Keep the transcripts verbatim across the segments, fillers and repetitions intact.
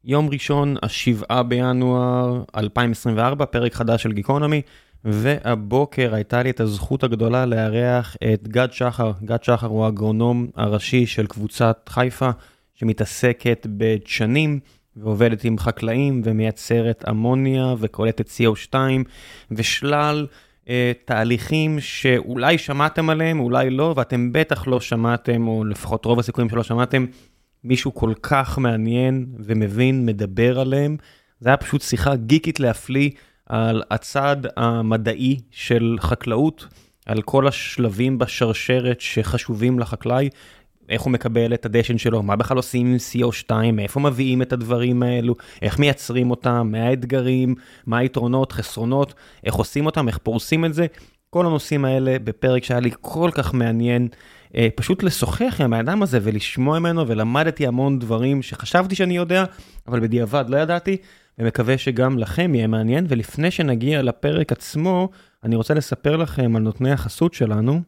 יום ראשון, השבעה בינואר אלפיים עשרים וארבע, פרק חדש של גיקונומי, והבוקר הייתה לי את הזכות הגדולה לארח את גד שחר. גד שחר הוא האגרונום הראשי של קבוצת חיפה, שמתעסקת בדשנים, ועובדת עם חקלאים, ומייצרת אמוניה, וקולטת סי או שתיים, ושלל אה, תהליכים שאולי שמעתם עליהם, אולי לא, ואתם בטח לא שמעתם, או לפחות רוב הסיכויים שלא שמעתם, מישהו כל כך מעניין ומבין, מדבר עליהם. זה היה פשוט שיחה גיקית להפליא על הצד המדעי של חקלאות, על כל השלבים בשרשרת שחשובים לחקלאי, איך הוא מקבל את הדשן שלו, מה בכלל עושים עם סי או שתיים, מאיפה מביאים את הדברים האלו, איך מייצרים אותם, מה האתגרים, מה היתרונות, חסרונות, איך עושים אותם, איך פורסים את זה. כל הנושאים האלה בפרק שהיה לי כל כך מעניין, אה, פשוט לשוחח עם האדם הזה ולשמוע ממנו, ולמדתי המון דברים שחשבתי שאני יודע, אבל בדיעבד לא ידעתי, ומקווה שגם לכם יהיה מעניין. ולפני שנגיע לפרק עצמו, אני רוצה לספר לכם על נותני החסות שלנו,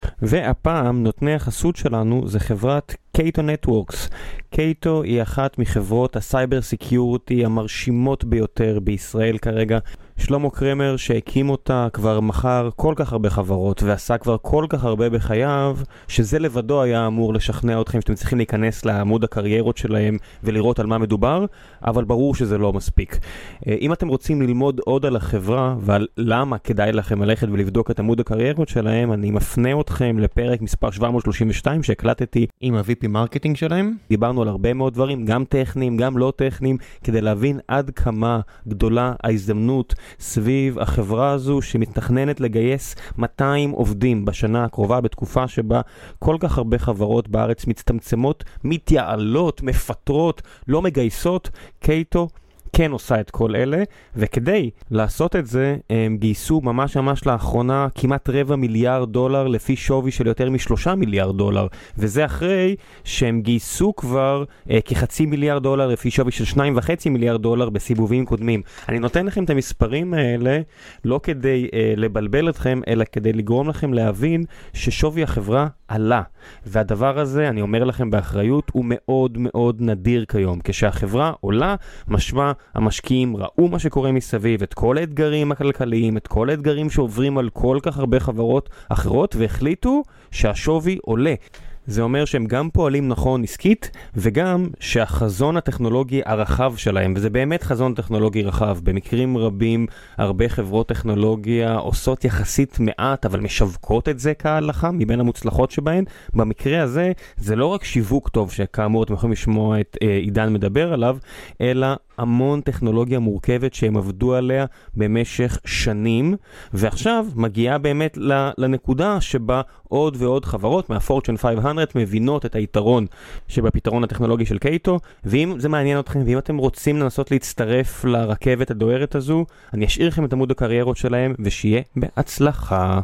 והפעם נותני החסות שלנו זה חברת קייטו נטוורקס. קייטו היא אחת מחברות הסייבר סקיוריטי המרשימות ביותר בישראל כרגע. שלמה קרמר שהקים אותה כבר מכר כל כך הרבה חברות ועשה כבר כל כך הרבה בחייו, שזה לבדו היה אמור לשכנע אתכם שאתם צריכים להיכנס לעמוד הקריירות שלהם ולראות על מה מדובר, אבל ברור שזה לא מספיק. אם אתם רוצים ללמוד עוד על החברה ועל למה כדאי לכם ללכת ולבדוק את עמוד הקריירות שלהם, אני מפנה אתכם לפרק מספר שבע מאות שלושים ושתיים שהקלטתי עם ה-וי פי מרקטינג שלהם. דיברנו על הרבה מאוד דברים, גם טכניים, גם לא טכניים, כדי להבין עד כמה גדולה ההזדמנות סביב החברה הזו שמתכננת לגייס מאתיים עובדים בשנה הקרובה, בתקופה שבה כל כך הרבה חברות בארץ מצטמצמות, מתייעלות, מפטרות, לא מגייסות. קייטו כן עושה את כל אלה, וכדי לעשות את זה הם גייסו ממש ממש לאחרונה כמעט רבע מיליארד דולר לפי שווי של יותר משלושה מיליארד דולר, וזה אחרי שהם גייסו כבר אה, כחצי מיליארד דולר לפי שווי של שניים וחצי מיליארד דולר בסיבובים קודמים. אני נותן לכם את המספרים האלה לא כדי אה, לבלבל אתכם, אלא כדי לגרום לכם להבין ששווי החברה עלה, והדבר הזה, אני אומר לכם באחריות, הוא מאוד מאוד נדיר כיום. כשהחברה עולה, משמע המשקיעים ראו מה שקורה מסביב, את כל האתגרים הכלכליים, את כל האתגרים שעוברים על כל כך הרבה חברות אחרות, והחליטו שהשווי עולה. זה אומר שהם גם פועלים נכון עסקית, וגם שהחזון הטכנולוגי הרחב שלהם, וזה באמת חזון טכנולוגי רחב, במקרים רבים הרבה חברות טכנולוגיה עושות יחסית מעט, אבל משווקות את זה כהלכה, מבין המוצלחות שבהן. במקרה הזה, זה לא רק שיווק טוב, שכאמור אתם יכולים לשמוע את אה, עידן מדבר עליו, אלא המון טכנולוגיה מורכבת שהם עבדו עליה במשך שנים, ועכשיו מגיעה באמת לנקודה שבה עוד ועוד חברות מה-פורצ'ן חמש מאות מבינות את היתרון שבפתרון הטכנולוגי של קייטו. ואם זה מעניין אתכם, ואם אתם רוצים לנסות להצטרף לרכבת הדוהרת הזו, אני אשאיר לכם את עמוד הקריירות שלהם, ושיהיה בהצלחה.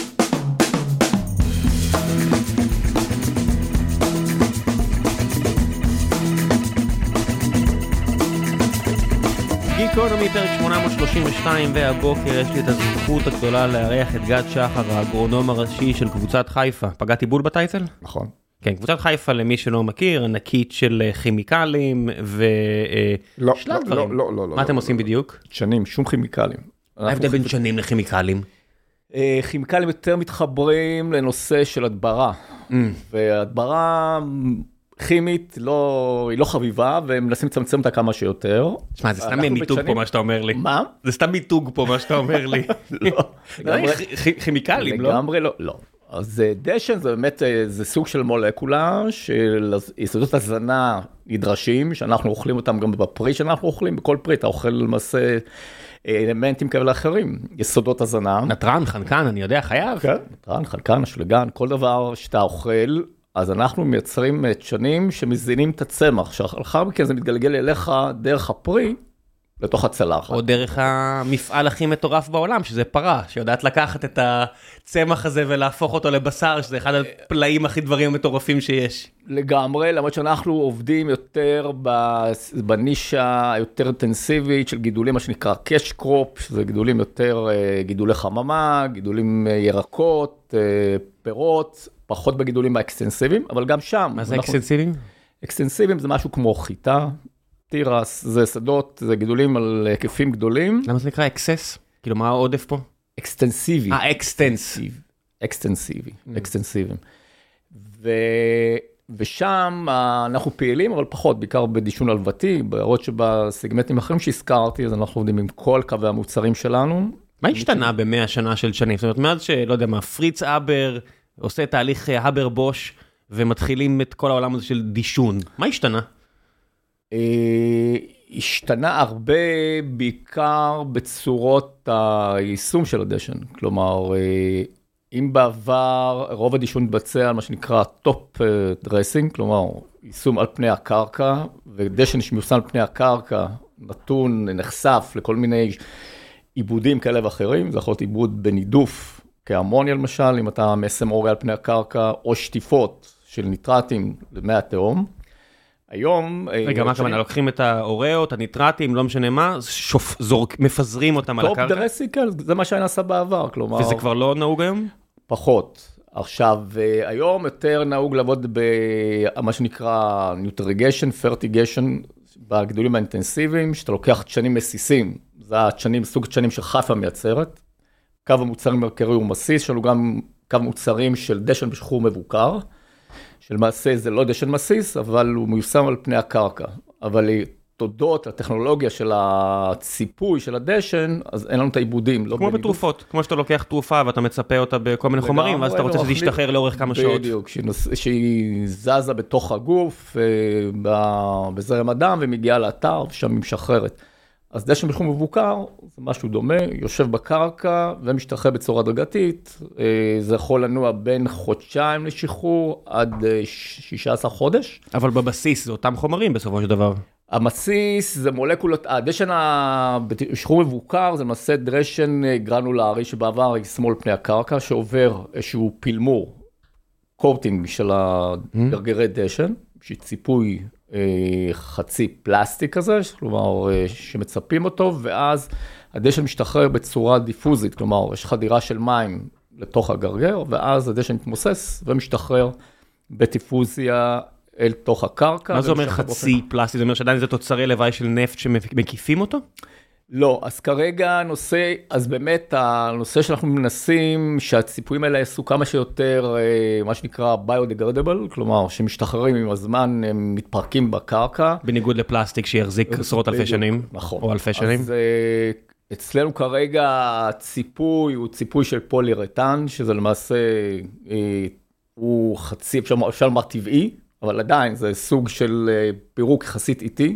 גיקונומי פרק שמונה מאות שלושים ושתיים, והבוקר יש לי את הזכות הגדולה לארח את גד שחר, האגרונום הראשי של קבוצת חיפה. פגעתי בול בטייטל? נכון. כן, קבוצת חיפה, למי שלא מכיר, ענקית של כימיקלים ושלל דברים. לא, לא, לא. מה אתם עושים בדיוק? דשנים, שום כימיקלים. מה ההבדל בין דשנים לכימיקלים? כימיקלים יותר מתחברים לנושא של הדברה, והדברה כימית לא, היא לא חביבה, והם מנסים לצמצם אותה כמה שיותר. תשמע, זה סתם מיתוג פה מה שאתה אומר לי. מה? זה סתם מיתוג פה מה שאתה אומר לי. לא. כימיקלים, לא? לגמרי לא, לא. אז דשן זה באמת, זה סוג של מולקולה, של יסודות הזנה נדרשים, שאנחנו אוכלים אותם גם בפרי שאנחנו אוכלים, בכל פרי אתה אוכל למעשה אלמנטים כאלה אחרים, יסודות הזנה. נטרן, חנקן, אני יודע, חייב. כן, נטרן, חנקן, אשלגן, כל דבר שאתה אוכל, אז אנחנו מייצרים דשנים שמזינים את הצמח, שאחר מכן זה מתגלגל אליך דרך הפרי, לתוך הצלחת. או דרך המפעל הכי מטורף בעולם, שזה פרה, שיודעת לקחת את הצמח הזה ולהפוך אותו לבשר, שזה אחד הפלאים הכי דברים המטורפים שיש. לגמרי, למרות שאנחנו עובדים יותר בנישה יותר אינטנסיבית של גידולים, מה שנקרא קאש קרופ, שזה גידולים יותר גידולי חממה, גידולים ירקות, פירות, פחות בגידולים האקסטנסיביים, אבל גם שם. מה זה אקסטנסיביים? אקסטנסיביים זה משהו כמו חיטה, תירס, זה שדות, זה גידולים על היקפים גדולים. למה זה נקרא אקסס? כאילו, מה העודף פה? אקסטנסיבי. אה, אקסטנסיבי. אקסטנסיבי, אקסטנסיביים. ושם אנחנו פעילים, אבל פחות, בעיקר בדישון הלוותי, בעוד שבסגמנטים אחרים שהזכרתי, אז אנחנו עובדים עם כל קווי המוצרים שלנו. מה השתנה במאה שנה של שנים? זאת אומרת, מאז שלא יודע מה, פריץ אבר עושה תהליך הבר בוש, ומתחילים את כל העולם הזה של דישון. מה השתנה? השתנה הרבה, בעיקר בצורות היישום של הדשן. כלומר, אם בעבר רוב הדישון מתבצע על מה שנקרא טופ דרסינג, כלומר, יישום על פני הקרקע, ודשן שמיושם על פני הקרקע, נתון, נחשף לכל מיני עיבודים כאלה ואחרים, זה יכול להיות עיבוד בנידוף, כאמוניה למשל, אם אתה מסם אורי על פני הקרקע, או שטיפות של ניטרטים למי התהום. היום... רגע, מה כמובן, לוקחים את האוריאות, הניטרטים, לא משנה מה, שופ, זורק, מפזרים אותם על הקרקע? טופ דרסינג, זה מה שהיה נעשה בעבר, כלומר... וזה כבר לא נהוג היום? פחות. עכשיו, היום יותר נהוג לעבוד במה שנקרא ניוטריגיישן, פרטיגיישן, בגידולים האינטנסיביים, שאתה לוקח דשנים מסיסים, זה הדשנים, סוג דשנים שחיפה מייצרת. קו המוצרים מרכרי הוא מסיס, יש לנו גם קו מוצרים של דשן בשחרור מבוקר, שלמעשה זה לא דשן מסיס, אבל הוא מיושם על פני הקרקע. אבל תודות לטכנולוגיה של הציפוי של הדשן, אז אין לנו את העיבודים. כמו בתרופות, כמו שאתה לוקח תרופה ואתה מצפה אותה בכל מיני חומרים, ואז אתה רוצה שזה ישתחרר לאורך כמה שעות. בדיוק, שהיא זזה בתוך הגוף, בזרם הדם, ומגיעה לאתר, ושם היא משחררת. אז דשן בשחרור מבוקר, זה משהו דומה, יושב בקרקע ומשתחרר בצורה הדרגתית, זה יכול לנוע בין חודשיים לשחרור עד שישה עשר חודש. אבל בבסיס זה אותם חומרים בסופו של דבר. המסיס זה מולקולות, הדשן בשחרור מבוקר זה למעשה דשן גרנולרי שבעבר ישמאל פני הקרקע, שעובר איזשהו פילמור, קוטינג של הגרגרי דשן, שציפוי חצי פלסטיק כזה, כלומר שמצפים אותו, ואז הדשן משתחרר בצורה דיפוזית, כלומר יש חדירה של מים לתוך הגרגר, ואז הדשן מתמוסס ומשתחרר בטיפוזיה אל תוך הקרקע. מה זה אומר חצי פלסטיק? זה אומר שעדיין זה תוצרי לוואי של נפט שמקיפים אותו? לא, אז כרגע הנושא, אז באמת הנושא שאנחנו מנסים שהציפויים האלה יעשו כמה שיותר, מה שנקרא ביודגרדבל, כלומר שמשתחררים עם הזמן, הם מתפרקים בקרקע. בניגוד לפלסטיק שיחזיק עשרות אלפי שנים, נכון. או אלפי שנים. אז אצלנו כרגע הציפוי הוא ציפוי של פולירטן, שזה למעשה הוא חצי, אפשר לומר טבעי, אבל עדיין זה סוג של פירוק יחסית איטי.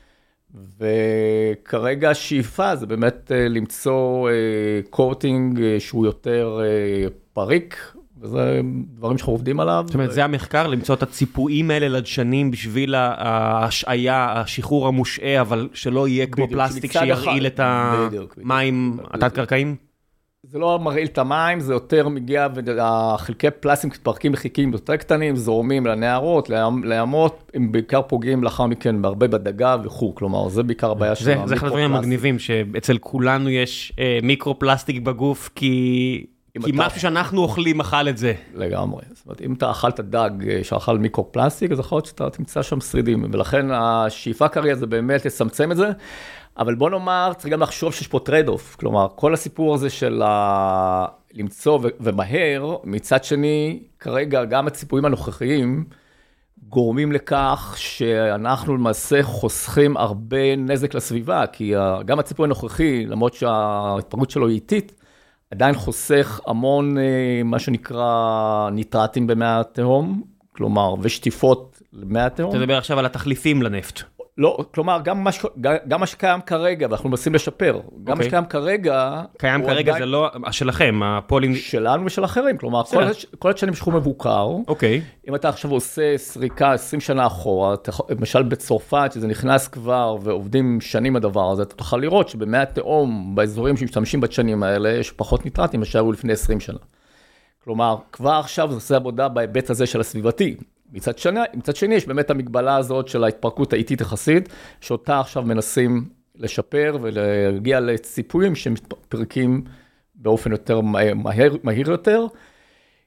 וכרגע השאיפה זה באמת למצוא קוטינג שהוא יותר פריק, וזה דברים שאנחנו עובדים עליו. זאת אומרת, זה המחקר, למצוא את הציפויים האלה לדשנים בשביל ההשעיה, השחרור המושעה, אבל שלא יהיה כמו פלסטיק שירעיל את המים התת-קרקעיים? זה לא מרעיל את המים, זה יותר מגיע, והחלקי פלסטיק מתפרקים בחלקים יותר קטנים, זורמים לנהרות, לימות, הם בעיקר פוגעים לאחר מכן בהרבה בדגה וכו', כלומר, זה בעיקר הבעיה של המיקרו-פלסטיק. זה אחד הדברים המגניבים, שאצל כולנו יש מיקרו-פלסטיק בגוף, כי משהו שאנחנו אוכלים אכל את זה. לגמרי. זאת אומרת, אם אתה אכלת דג שאכל מיקרו-פלסטיק, אז יכול להיות שאתה תמצא שם שרידים, ולכן השאיפה כרגע זה באמת לצמצם את זה, אבל בוא נאמר, צריך גם לחשוב שיש פה טרייד-אוף, כלומר, כל הסיפור הזה של ה... למצוא ו... ומהר, מצד שני, כרגע גם הציפויים הנוכחיים גורמים לכך שאנחנו למעשה חוסכים הרבה נזק לסביבה, כי גם הציפוי הנוכחי, למרות שההתפרקות שלו היא איטית, עדיין חוסך המון, מה שנקרא, ניטרטים במי התהום, כלומר, ושטיפות למי התהום. אתה מדבר עכשיו על התחליפים לנפט. לא, כלומר, גם מה, גם מה שקיים כרגע, ואנחנו מנסים לשפר, גם okay. מה שקיים כרגע... קיים כרגע עדיין... זה לא שלכם, הפולים... שלנו ושל אחרים, כלומר, כל, כל השנים שחור מבוקר, אוקיי. אם אתה עכשיו עושה סריקה עשרים שנה אחורה, למשל בצרפת, שזה נכנס כבר ועובדים שנים הדבר הזה, אתה תוכל לראות שבמי התהום, באזורים שמשתמשים בדשנים האלה, יש פחות ניטרטים, מה שהיו לפני עשרים שנה. כלומר, כבר עכשיו זה עושה עבודה בהיבט הזה של הסביבתי. מצד שני, מצד שני, יש באמת המגבלה הזאת של ההתפרקות האיטית יחסית, שאותה עכשיו מנסים לשפר ולהגיע לציפויים שמתפרקים באופן יותר מהיר, מהיר יותר.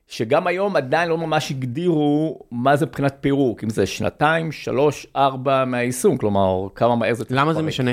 שגם היום עדיין לא ממש הגדירו מה זה מבחינת פירוק, אם זה שנתיים, שלוש, ארבע מהיישום, כלומר, כמה מהר זה... למה זה משנה?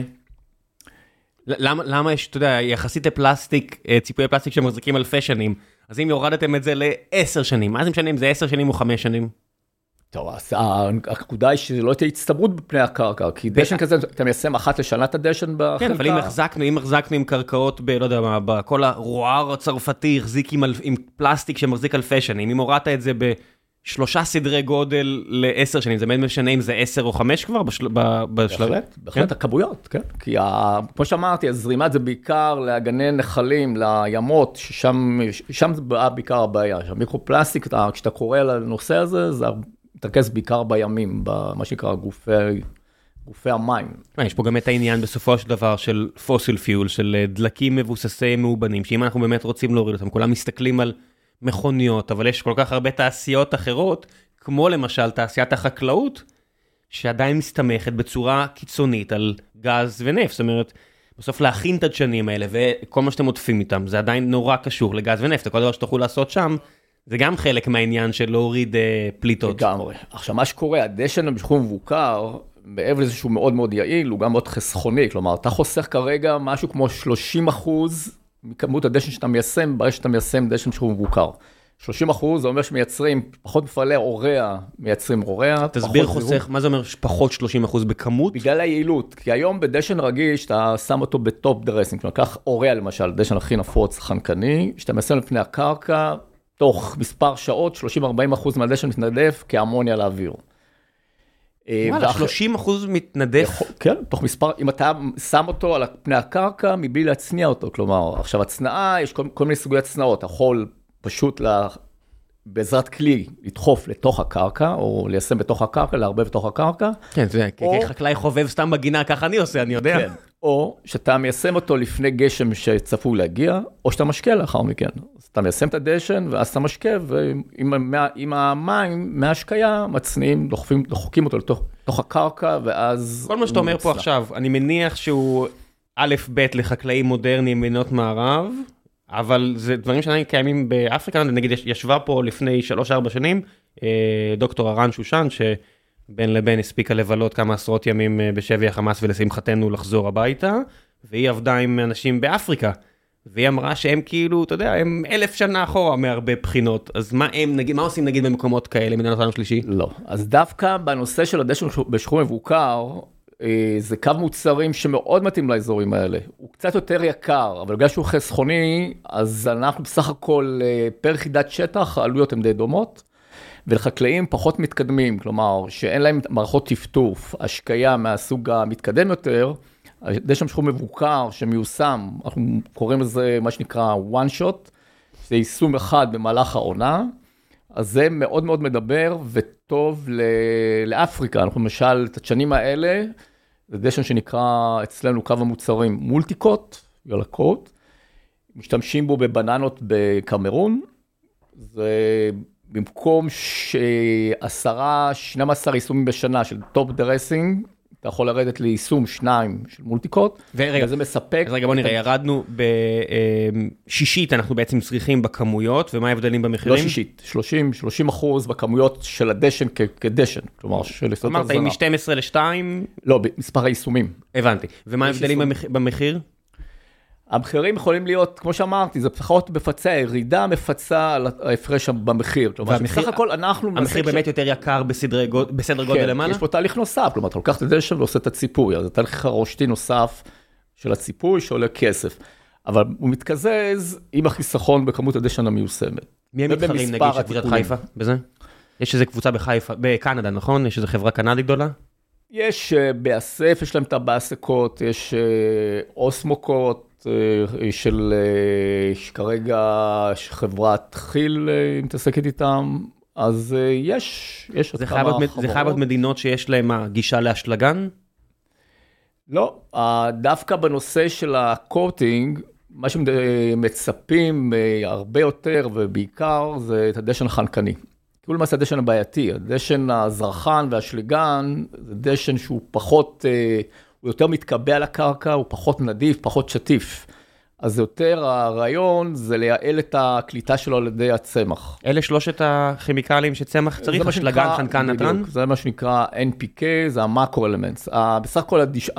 למה, למה יש, אתה יודע, יחסית לפלסטיק, ציפויי פלסטיק שמחזיקים אלפי שנים, אז אם יורדתם את זה לעשר שנים, מה זה משנה אם זה עשר שנים או חמש שנים? טוב, הנקודה היא שזה לא תהיה הצטברות בפני הקרקע, כי דשן כזה, אתה מיישם אחת לשנה את הדשן בחלקה. כן, אבל אם החזקנו, אם החזקנו עם קרקעות, ב, לא יודע מה, בכל הרוער הצרפתי החזיק עם, עם פלסטיק שמחזיק אלפי שנים, אם הורדת את זה בשלושה סדרי גודל לעשר שנים, זה באמת משנה אם זה עשר או חמש כבר בשל, בשלב? בהחלט, בהחלט הכמויות, כן. כי ה, כמו שאמרתי, הזרימת זה בעיקר להגני נחלים, לימות, ששם, שם זה בעיקר הבעיה. המיקרופלסטיק, כשאתה קורא על הנושא הזה, זה מתרכז בעיקר בימים, במה שנקרא גופי, גופי המים. יש פה גם את העניין בסופו של דבר של פוסיל פיול, של דלקים מבוססי מאובנים, שאם אנחנו באמת רוצים להוריד אותם, כולם מסתכלים על מכוניות, אבל יש כל כך הרבה תעשיות אחרות, כמו למשל תעשיית החקלאות, שעדיין מסתמכת בצורה קיצונית על גז ונפט. זאת אומרת, בסוף להכין את הדשנים האלה, וכל מה שאתם עוטפים איתם, זה עדיין נורא קשור לגז ונפט. כל דבר שתוכלו לעשות שם, זה גם חלק מהעניין של להוריד אה, פליטות. לגמרי. עכשיו, מה שקורה, הדשן המשכו מבוקר, מעבר לזה שהוא מאוד מאוד יעיל, הוא גם מאוד חסכוני. כלומר, אתה חוסך כרגע משהו כמו שלושים אחוז מכמות הדשן שאתה מיישם, ברגע שאתה מיישם דשן שהוא מבוקר. שלושים אחוז, זה אומר שמייצרים פחות מפעלי אוריה, מייצרים אוריה. תסביר חוסך, מה זה אומר פחות שלושים אחוז בכמות? בגלל היעילות. כי היום בדשן רגיש, אתה שם אותו בטופ דרסינג. כלומר, כך אוריה למשל, דשן הכי נפוץ, חנקני, שאתה מיישם לפני הקרקע, תוך מספר שעות, שלושים עד ארבעים אחוז מהדשן מתנדף כאמוניה לאוויר. וואלה, שלושים אחוז מתנדף? כן, תוך מספר, אם אתה שם אותו על פני הקרקע, מבלי להצניע אותו. כלומר, עכשיו הצנעה, יש כל, כל מיני סוגי הצנעות. אתה יכול פשוט לה, בעזרת כלי לדחוף לתוך הקרקע, או ליישם בתוך הקרקע, להרבב בתוך הקרקע. כן, זה כחקלאי חובב סתם בגינה, ככה אני עושה, אני יודע. כן, או שאתה מיישם אותו לפני גשם שצפוי להגיע, או שאתה משקה לאחר מכן. אז אתה מיישם את הדשן, ואז אתה משקה, ועם המים, מהשקיה, מצניעים, דוחפים, דוחקים אותו לתוך, לתוך הקרקע, ואז... כל מה שאתה אומר פה עכשיו, אני מניח שהוא א' ב' לחקלאים מודרניים במדינות מערב, אבל זה דברים שעדיין קיימים באפריקה, נגיד ישבה פה לפני שלוש ארבע שנים, דוקטור הרן שושן, שבין לבין הספיקה לבלות כמה עשרות ימים בשבי החמאס, ולשמחתנו לחזור הביתה, והיא עבדה עם אנשים באפריקה, והיא אמרה שהם כאילו, אתה יודע, הם אלף שנה אחורה מהרבה בחינות, אז מה הם, נגיד, מה עושים נגיד במקומות כאלה, מדינת העולם שלישי? לא, אז דווקא בנושא של הדשן בשחרור מבוקר, זה קו מוצרים שמאוד מתאים לאזורים האלה. הוא קצת יותר יקר, אבל בגלל שהוא חסכוני, אז אנחנו בסך הכל פר יחידת שטח, העלויות הן די דומות, ולחקלאים פחות מתקדמים, כלומר, שאין להם מערכות טפטוף, השקיה מהסוג המתקדם יותר, הדשן בשחרור מבוקר שמיושם, אנחנו קוראים לזה מה שנקרא one shot, זה יישום אחד במהלך העונה, אז זה מאוד מאוד מדבר וטוב לאפריקה. אנחנו למשל, את השנים האלה, זה דשן שנקרא אצלנו קו המוצרים מולטיקוט, ילקוט, משתמשים בו בבננות בקמרון, זה במקום שעשרה, שנים עשר יישומים בשנה של טופ דרסינג, אתה יכול לרדת ליישום שניים של מולטיקוט, וזה מספק. אז רגע בוא נראה, ירדנו בשישית, אנחנו בעצם צריכים בכמויות, ומה ההבדלים במחירים? לא שישית, שלושים אחוז בכמויות של הדשן כדשן, כלומר של יסודות הזרה. אמרת, אם מ-שתים עשרה ל-שתיים? לא, במספר היישומים. הבנתי, ומה ההבדלים במחיר? המחירים יכולים להיות, כמו שאמרתי, זה פחות מפצה, ירידה מפצה על ההפרש במחיר. כלומר, בסך הכל אנחנו... המחיר באמת יותר יקר בסדר גודל למעלה? כן, יש פה תהליך נוסף, כלומר, אתה לוקח את הדשן ועושה את הציפוי, אז זה תהליך הרושתי נוסף של הציפוי שעולה כסף. אבל הוא מתקזז עם החיסכון בכמות הדשן המיושמת. מי הם מתחרים, נגיד, של קבוצת חיפה בזה? יש איזו קבוצה בחיפה, בקנדה, נכון? יש איזו חברה קנדית גדולה? יש באסף, יש להם את הבאסקות, יש אוסמוקות, של כרגע חברת חיל מתעסקת איתם, אז יש, יש זה חייב להיות מדינות שיש להם גישה לאשלגן? לא, דווקא בנושא של הקוטינג, מה שמצפים הרבה יותר ובעיקר זה את הדשן החנקני. כאילו למעשה הדשן הבעייתי, הדשן הזרחן והשליגן, זה דשן שהוא פחות, הוא יותר מתקבע על הקרקע, הוא פחות נדיף, פחות שטיף. אז יותר הרעיון זה לייעל את הקליטה שלו על ידי הצמח. אלה שלושת הכימיקלים שצמח צריך, אשלגן, חנקן, נתרן? זה מה שנקרא אן פי קיי, זה המאקרו-אלמנטס. בסך הכל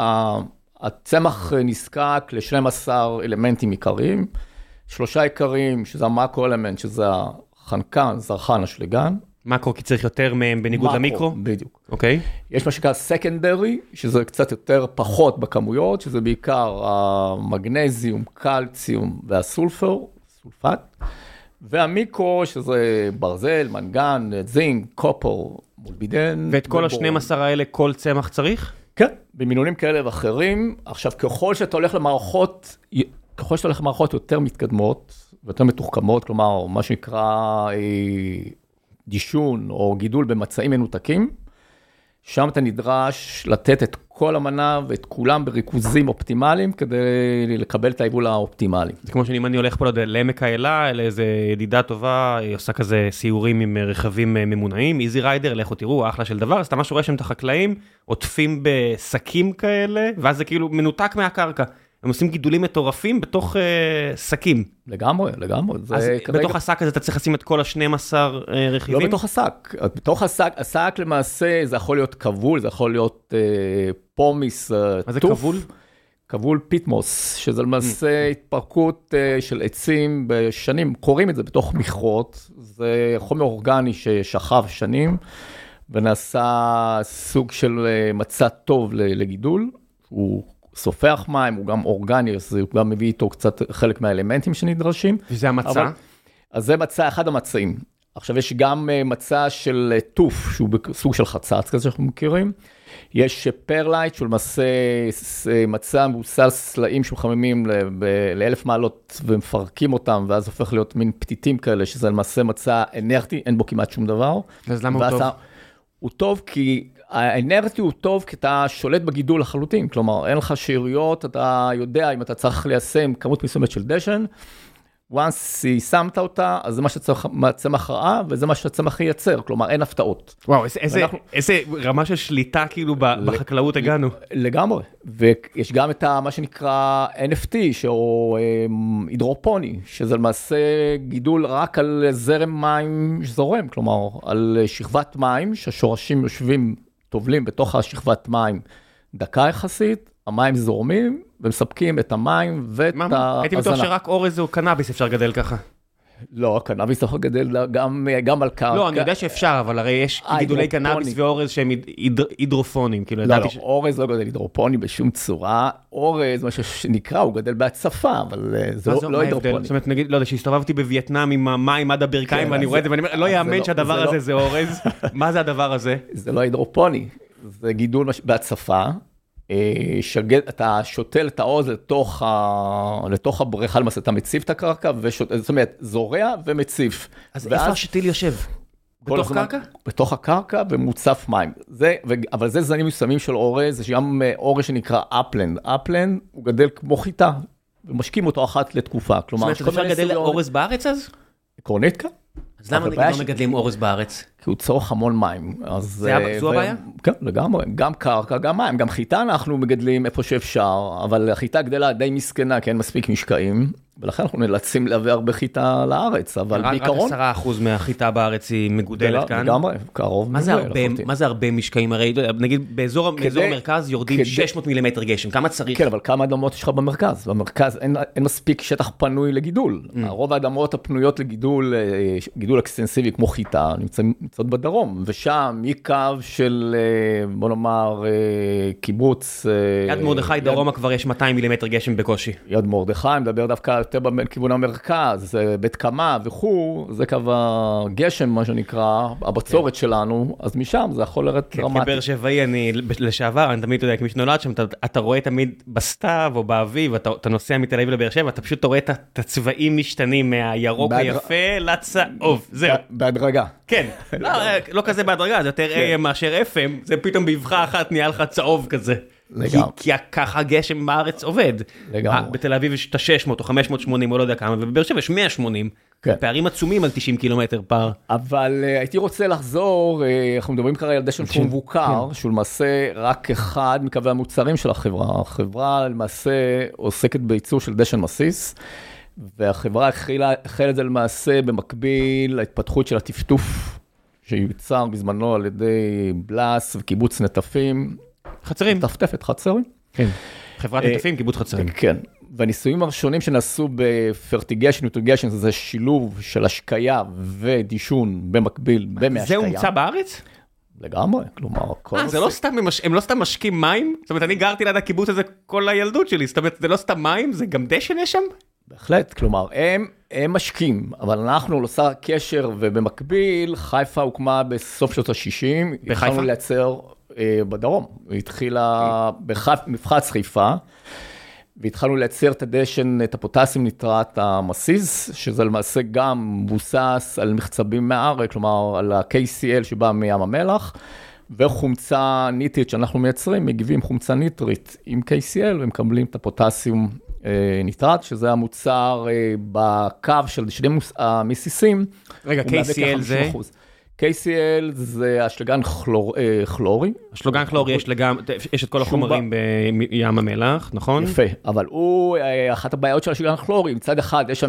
הצמח נזקק ל-שנים עשר אלמנטים עיקריים, שלושה עיקריים, שזה המאקרו-אלמנט, שזה החנקן, זרחן, אשלגן. מקרו כי צריך יותר מהם בניגוד מקרו, למיקרו? בדיוק. אוקיי. יש מה שנקרא סקנדרי, שזה קצת יותר פחות בכמויות, שזה בעיקר המגנזיום, קלציום והסולפר, סולפט, והמיקרו, שזה ברזל, מנגן, זינק, קופר, מולבידן. ואת כל ה-שנים עשר האלה כל צמח צריך? כן, במינונים כאלה ואחרים. עכשיו, ככל שאתה הולך למערכות, ככל שאתה הולך למערכות יותר מתקדמות, ויותר מתוחכמות, כלומר, מה שנקרא דישון או גידול במצעים מנותקים, שם אתה נדרש לתת את כל המנה ואת כולם בריכוזים אופטימליים, כדי לקבל את העיגול האופטימלי. זה כמו שאם אני הולך פה לעמק האלה, אלה איזו ידידה טובה, היא עושה כזה סיורים עם רכבים ממונעים, איזי ריידר, לכו תראו, אחלה של דבר, אז אתה ממש רואה שם את החקלאים, עוטפים בסקים כאלה, ואז זה כאילו מנותק מהקרקע. הם עושים גידולים מטורפים בתוך uh, שקים. לגמרי, לגמרי. אז כרגע... בתוך השק הזה אתה צריך לשים את כל ה-שנים עשר uh, רכיבים? לא בתוך השק. בתוך השק, השק למעשה זה יכול להיות כבול, זה יכול להיות uh, פומיס, uh, מה זה כבול? כבול פיטמוס, שזה למעשה התפרקות uh, של עצים בשנים, קוראים את זה בתוך מכרות, זה חומר אורגני ששכב שנים, ונעשה סוג של uh, מצע טוב לגידול, הוא... סופח מים, הוא גם אורגני, אז הוא גם מביא איתו קצת חלק מהאלמנטים שנדרשים. וזה המצע? אבל, אז זה מצע, אחד המצעים. עכשיו יש גם מצע של טוף, שהוא בסוג של חצץ כזה שאנחנו מכירים. יש פרלייט, שהוא למעשה מצע מבוסס סלעים שמחממים לאלף מעלות ומפרקים אותם, ואז הופך להיות מין פתיתים כאלה, שזה למעשה מצע אנרטי, אין בו כמעט שום דבר. אז למה הוא טוב? הוא טוב כי... האנרטי הוא טוב כי אתה שולט בגידול לחלוטין, כלומר, אין לך שאריות, אתה יודע אם אתה צריך ליישם כמות מסוימת של דשן, once שמת אותה, אז זה מה שהצמח ראה, וזה מה שהצמח ייצר, כלומר, אין הפתעות. וואו, איזה, ואנחנו... איזה רמה של שליטה כאילו בחקלאות הגענו. לגמרי, ויש גם את מה שנקרא אן אף טי, שהוא הידרופוני, שזה למעשה גידול רק על זרם מים זורם, כלומר, על שכבת מים, שהשורשים יושבים טובלים בתוך השכבת מים דקה יחסית, המים זורמים ומספקים את המים ואת ההזנה. הייתי בטוח שרק אורז או קנאביס אפשר לגדל ככה. לא, קנאביס יכול לגדל גם, גם על קרקע. לא, אני יודע שאפשר, אבל הרי יש גידולי קנאביס ואורז שהם הידרופונים. כאילו, לא, לא, ש... אורז לא גדל הידרופוני בשום צורה. אורז, מה שנקרא, הוא גדל בהצפה, אבל זה לא, לא הידרופוני. זאת אומרת, נגיד, לא יודע, שהסתובבתי בווייטנאם עם המים עד הברכיים, ואני רואה את זה, ואני אומר, לא יאמן שהדבר הזה זה אורז. מה זה הדבר הזה? זה לא הידרופוני. זה גידול בהצפה. שגד, אתה שותל את העוז לתוך, ה... לתוך הבריכה, למעשה אתה מציף את הקרקע, ושות... זאת אומרת, זורע ומציף. אז ואז... איפה השתיל יושב? בתוך קרקע? בתוך הקרקע ומוצף מים. זה, ו... אבל זה זנים מסוימים של אורז, זה גם אורז שנקרא אפלנד. אפלנד הוא גדל כמו חיטה, ומשקים אותו אחת לתקופה. כלומר, זאת אומרת, אפשר לגדל אורז בארץ אז? עקרונית כאן. אז למה נגיד לא מגדלים אורז בארץ? כי הוא צורך המון מים. זו הבעיה? כן, לגמרי. גם קרקע, גם מים. גם חיטה אנחנו מגדלים איפה שאפשר, אבל החיטה גדלה די מסכנה, כי אין מספיק משקעים, ולכן אנחנו נאלצים להביא הרבה חיטה לארץ, אבל בעיקרון... רק עשרה אחוז מהחיטה בארץ היא מגודלת כאן. לגמרי, קרוב. מה זה הרבה משקעים? הרי נגיד באזור המרכז יורדים שש מאות מילימטר גשם, כמה צריך? כן, אבל כמה אדמות יש לך במרכז? במרכז אין מספיק שטח פנוי לגידול. רוב האדמות הפנויות לגידול, גידול אקסטנסיבי כמו חיטה, נמצאות בדרום, ושם מקו של, בוא נאמר, קיבוץ... יד מרדכי דרומה כבר יש מאתיים מילימטר גשם בקושי. יד מרדכי, מדבר דווקא יותר בכיוון המרכז, בית קמה וכו', זה קו הגשם, מה שנקרא, הבצורת שלנו, אז משם זה יכול לרדת דרמטי. כבאר שבעי, אני לשעבר, אני תמיד יודע, כמי שנולד שם, אתה רואה תמיד בסתיו או באביב, אתה נוסע מתל אביב לבאר שבע, אתה פשוט רואה את הצבעים משתנים מהירוק היפה לצהוב, זהו. בהדרגה. כן, לא כזה בהדרגה, זה יותר איי אם מאשר אף אם, זה פתאום באבחה אחת נהיה לך צהוב כזה. כי ככה הגשם בארץ עובד. בתל אביב יש את ה-שש מאות או חמש מאות ושמונים או לא יודע כמה, ובבאר שבע יש מאה ושמונים. פערים עצומים על תשעים קילומטר פער. אבל הייתי רוצה לחזור, אנחנו מדברים כרגע על דשן שהוא מבוקר, שהוא למעשה רק אחד מקווי המוצרים של החברה. החברה למעשה עוסקת בייצור של דשן מסיס, והחברה החלה את זה למעשה במקביל להתפתחות של הטפטוף, שיוצר בזמנו על ידי בלס וקיבוץ נטפים. חצרים. טפטפת חצרים. כן. חברת נטפים, קיבוץ חצרים. כן. והניסויים הראשונים שנעשו בפרטיגשן וטורגשן, זה שילוב של השקיה ודישון במקביל, במי השקיה. זה הומצא בארץ? לגמרי, כלומר, כל אה, זה לא סתם, הם לא סתם משקים מים? זאת אומרת, אני גרתי ליד הקיבוץ הזה כל הילדות שלי, זאת אומרת, זה לא סתם מים, זה גם דשן יש שם? בהחלט, כלומר, הם, הם משקים, אבל אנחנו לא שר קשר, ובמקביל, חיפה הוקמה בסוף שנות ה-שישים, בחיפה? התחלנו לייצר אה, בדרום, היא התחילה במפחץ חיפה, והתחלנו לייצר את הדשן, את הפוטסיום ניטרט המסיס, שזה למעשה גם מבוסס על מחצבים מהארץ, כלומר, על ה-קיי סי אל שבא מים המלח, וחומצה ניטרית שאנחנו מייצרים, מגיבים חומצה ניטרית עם קיי סי אל, ומקבלים את הפוטסיום ניטרט, שזה המוצר בקו של שני המיסיסים. רגע, קיי סי אל זה? קיי סי אל זה אשלגן כלורי. אשלגן כלורי יש לגם, יש את כל החומרים בים המלח, נכון? יפה, אבל הוא, אחת הבעיות של אשלגן כלורי, מצד אחד יש שם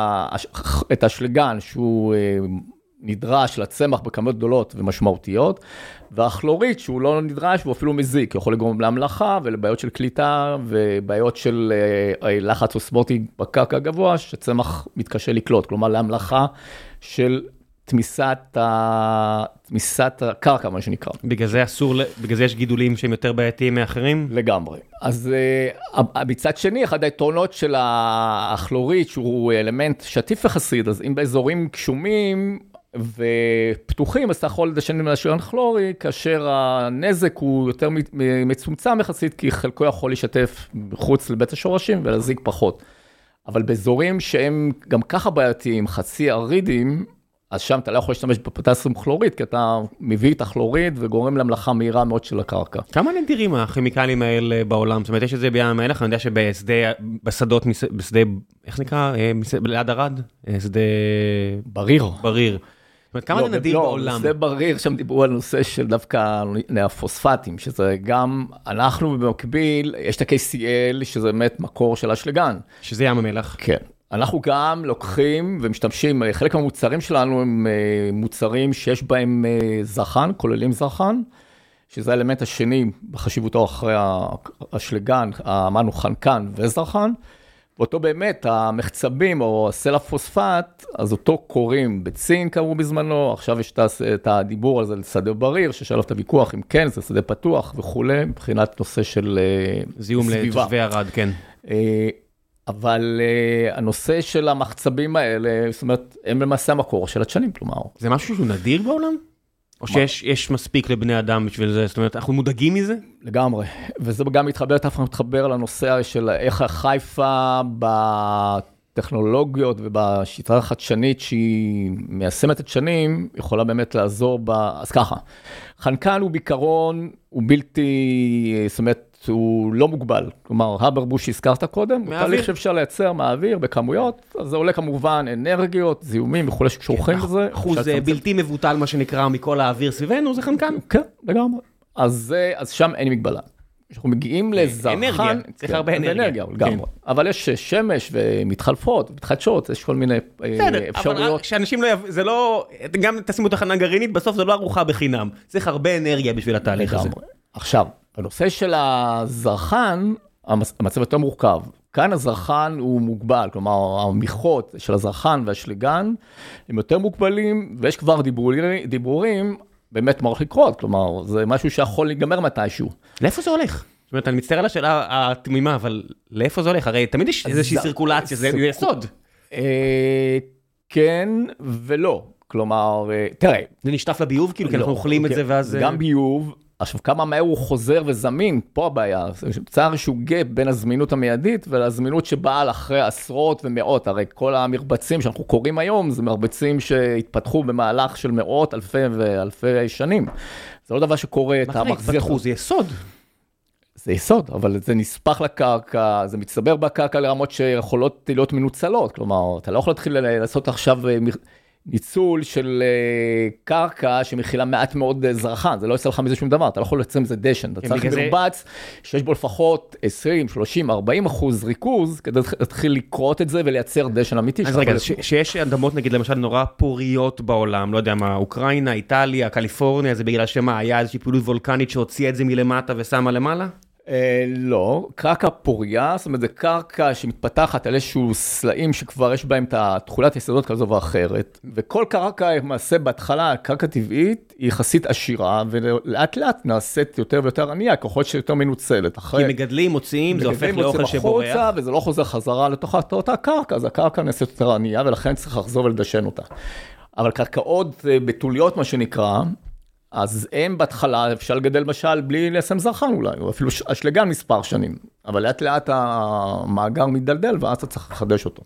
את האשלגן שהוא נדרש לצמח בכמות גדולות ומשמעותיות, והכלורית שהוא לא נדרש והוא אפילו מזיק, יכול לגרום להמלחה ולבעיות של קליטה ובעיות של לחץ אוסמוטי בקרקע גבוה, שצמח מתקשה לקלוט, כלומר להמלחה של תמיסת, ה... תמיסת הקרקע, מה שנקרא. בגלל זה אסור, בגלל זה יש גידולים שהם יותר בעייתיים מאחרים? לגמרי. אז מצד שני, אחד היתרונות של הכלורית, שהוא אלמנט שטיף יחסית, אז אם באזורים קשומים ופתוחים, אז אתה יכול לדשן מהשלגן כלורי, כאשר הנזק הוא יותר מצומצם יחסית, כי חלקו יכול להשתף מחוץ לבית השורשים ולהזיק פחות. אבל באזורים שהם גם ככה בעייתיים, חצי ארידים, אז שם אתה לא יכול להשתמש בפוטסיום כלורית, כי אתה מביא את הכלורית וגורם להמלחה מהירה מאוד של הקרקע. כמה נדירים הכימיקלים האלה בעולם? זאת אומרת, יש את זה בים המלח, אני יודע שבשדה, בשדות, בשדה, איך נקרא? ליד ערד? שדה... בריר. בריר. זאת אומרת, כמה נדיר בעולם? לא, שדה בריר, שם דיברו על נושא של דווקא הפוספטים, שזה גם, אנחנו במקביל, יש את ה-קיי סי אל, שזה באמת מקור של אשלגן. שזה ים המלח. כן. אנחנו גם לוקחים ומשתמשים, חלק מהמוצרים שלנו הם מוצרים שיש בהם זרחן, כוללים זרחן, שזה האלמנט השני בחשיבותו אחרי האשלגן, אמרנו חנקן וזרחן, ואותו באמת, המחצבים או הסלע פוספט, אז אותו קוראים בצין קראו בזמנו, עכשיו יש את הדיבור על זה לשדה בריר, ששאל את הוויכוח אם כן, זה שדה פתוח וכולי, מבחינת נושא של זיהום סביבה. לתושבי ערד, כן. אבל uh, הנושא של המחצבים האלה, זאת אומרת, הם למעשה המקור של הדשנים, כלומר. זה משהו שהוא נדיר בעולם? או שיש יש מספיק לבני אדם בשביל זה? זאת אומרת, אנחנו מודאגים מזה? לגמרי. וזה גם מתחבר, תכף מתחבר לנושא של איך חיפה בטכנולוגיות ובשיטה החדשנית שהיא מיישמת את שנים, יכולה באמת לעזור ב... אז ככה, חנקן הוא בעיקרון, הוא בלתי, זאת אומרת, הוא לא מוגבל, כלומר, הברבוש שהזכרת קודם, הוא תהליך שאפשר לייצר מהאוויר בכמויות, אז זה עולה כמובן אנרגיות, זיהומים וכולי שקשורים בזה. אחוז בלתי מבוטל, מה שנקרא, מכל האוויר סביבנו, זה חנקן. כן, לגמרי. אז שם אין מגבלה. אנחנו מגיעים לזרחן. אנרגיה, צריך הרבה אנרגיה. לגמרי. אבל יש שמש ומתחלפות, מתחדשות, יש כל מיני אפשרויות. בסדר, אבל שאנשים לא, זה לא, גם תשימו תחנה גרעינית, בסוף זה לא ארוחה בחינם. צריך הרבה אנרגיה בשביל התהליך הזה. עכשיו, הנושא של הזרחן, המצב יותר מורכב. כאן הזרחן הוא מוגבל, כלומר, המכות של הזרחן והאשלגן הם יותר מוגבלים, ויש כבר דיבורים, דיבורים באמת מרחיק לקרות, כלומר, זה משהו שיכול להיגמר מתישהו. לאיפה זה הולך? זאת אומרת, אני מצטער על השאלה התמימה, אבל לאיפה זה הולך? הרי תמיד יש איזושהי סירקולציה, זה יסוד. כן ולא, כלומר, תראה. זה נשטף לביוב, כאילו, כי אנחנו אוכלים את זה ואז... גם ביוב. עכשיו, כמה מהר הוא חוזר וזמין, פה הבעיה, צער שהוא גאפ בין הזמינות המיידית ולזמינות שבאה אחרי עשרות ומאות, הרי כל המרבצים שאנחנו קוראים היום, זה מרבצים שהתפתחו במהלך של מאות, אלפי ואלפי שנים. זה לא דבר שקורה, מה קרה, התפתחו, זה יסוד. זה יסוד, אבל זה נספח לקרקע, זה מצטבר בקרקע לרמות שיכולות להיות מנוצלות, כלומר, אתה לא יכול להתחיל לעשות עכשיו ניצול של קרקע שמכילה מעט מאוד זרחן, זה לא יעשה לך מזה שום דבר, אתה לא יכול לייצר מזה דשן, אתה צריך מרובץ שיש בו לפחות עשרים, שלושים, ארבעים אחוז ריכוז, כדי להתחיל לקרות את זה ולייצר דשן אמיתי. אז רגע, שיש אדמות נגיד למשל נורא פוריות בעולם, לא יודע מה, אוקראינה, איטליה, קליפורניה, זה בגלל שמה, היה איזושהי פעילות וולקנית שהוציאה את זה מלמטה ושמה למעלה? לא, קרקע פוריה, זאת אומרת, זה קרקע שמתפתחת על איזשהו סלעים שכבר יש בהם את תכולת יסודות כזו ואחרת, וכל קרקע, למעשה, בהתחלה, קרקע טבעית, היא יחסית עשירה, ולאט לאט נעשית יותר ויותר ענייה, ככל שיותר מנוצלת. כי מגדלים, מוציאים, זה הופך לאוכל שבורח. וזה לא חוזר חזרה לתוך אותה קרקע, אז הקרקע נעשית יותר ענייה, ולכן צריך לחזור ולדשן אותה. אבל קרקעות בתוליות, מה שנקרא, אז הם בהתחלה אפשר לגדל משל בלי לסם זרחן אולי, או אפילו אשלגן מספר שנים, אבל לאט לאט המאגר מתדלדל ואז אתה צריך לחדש אותו.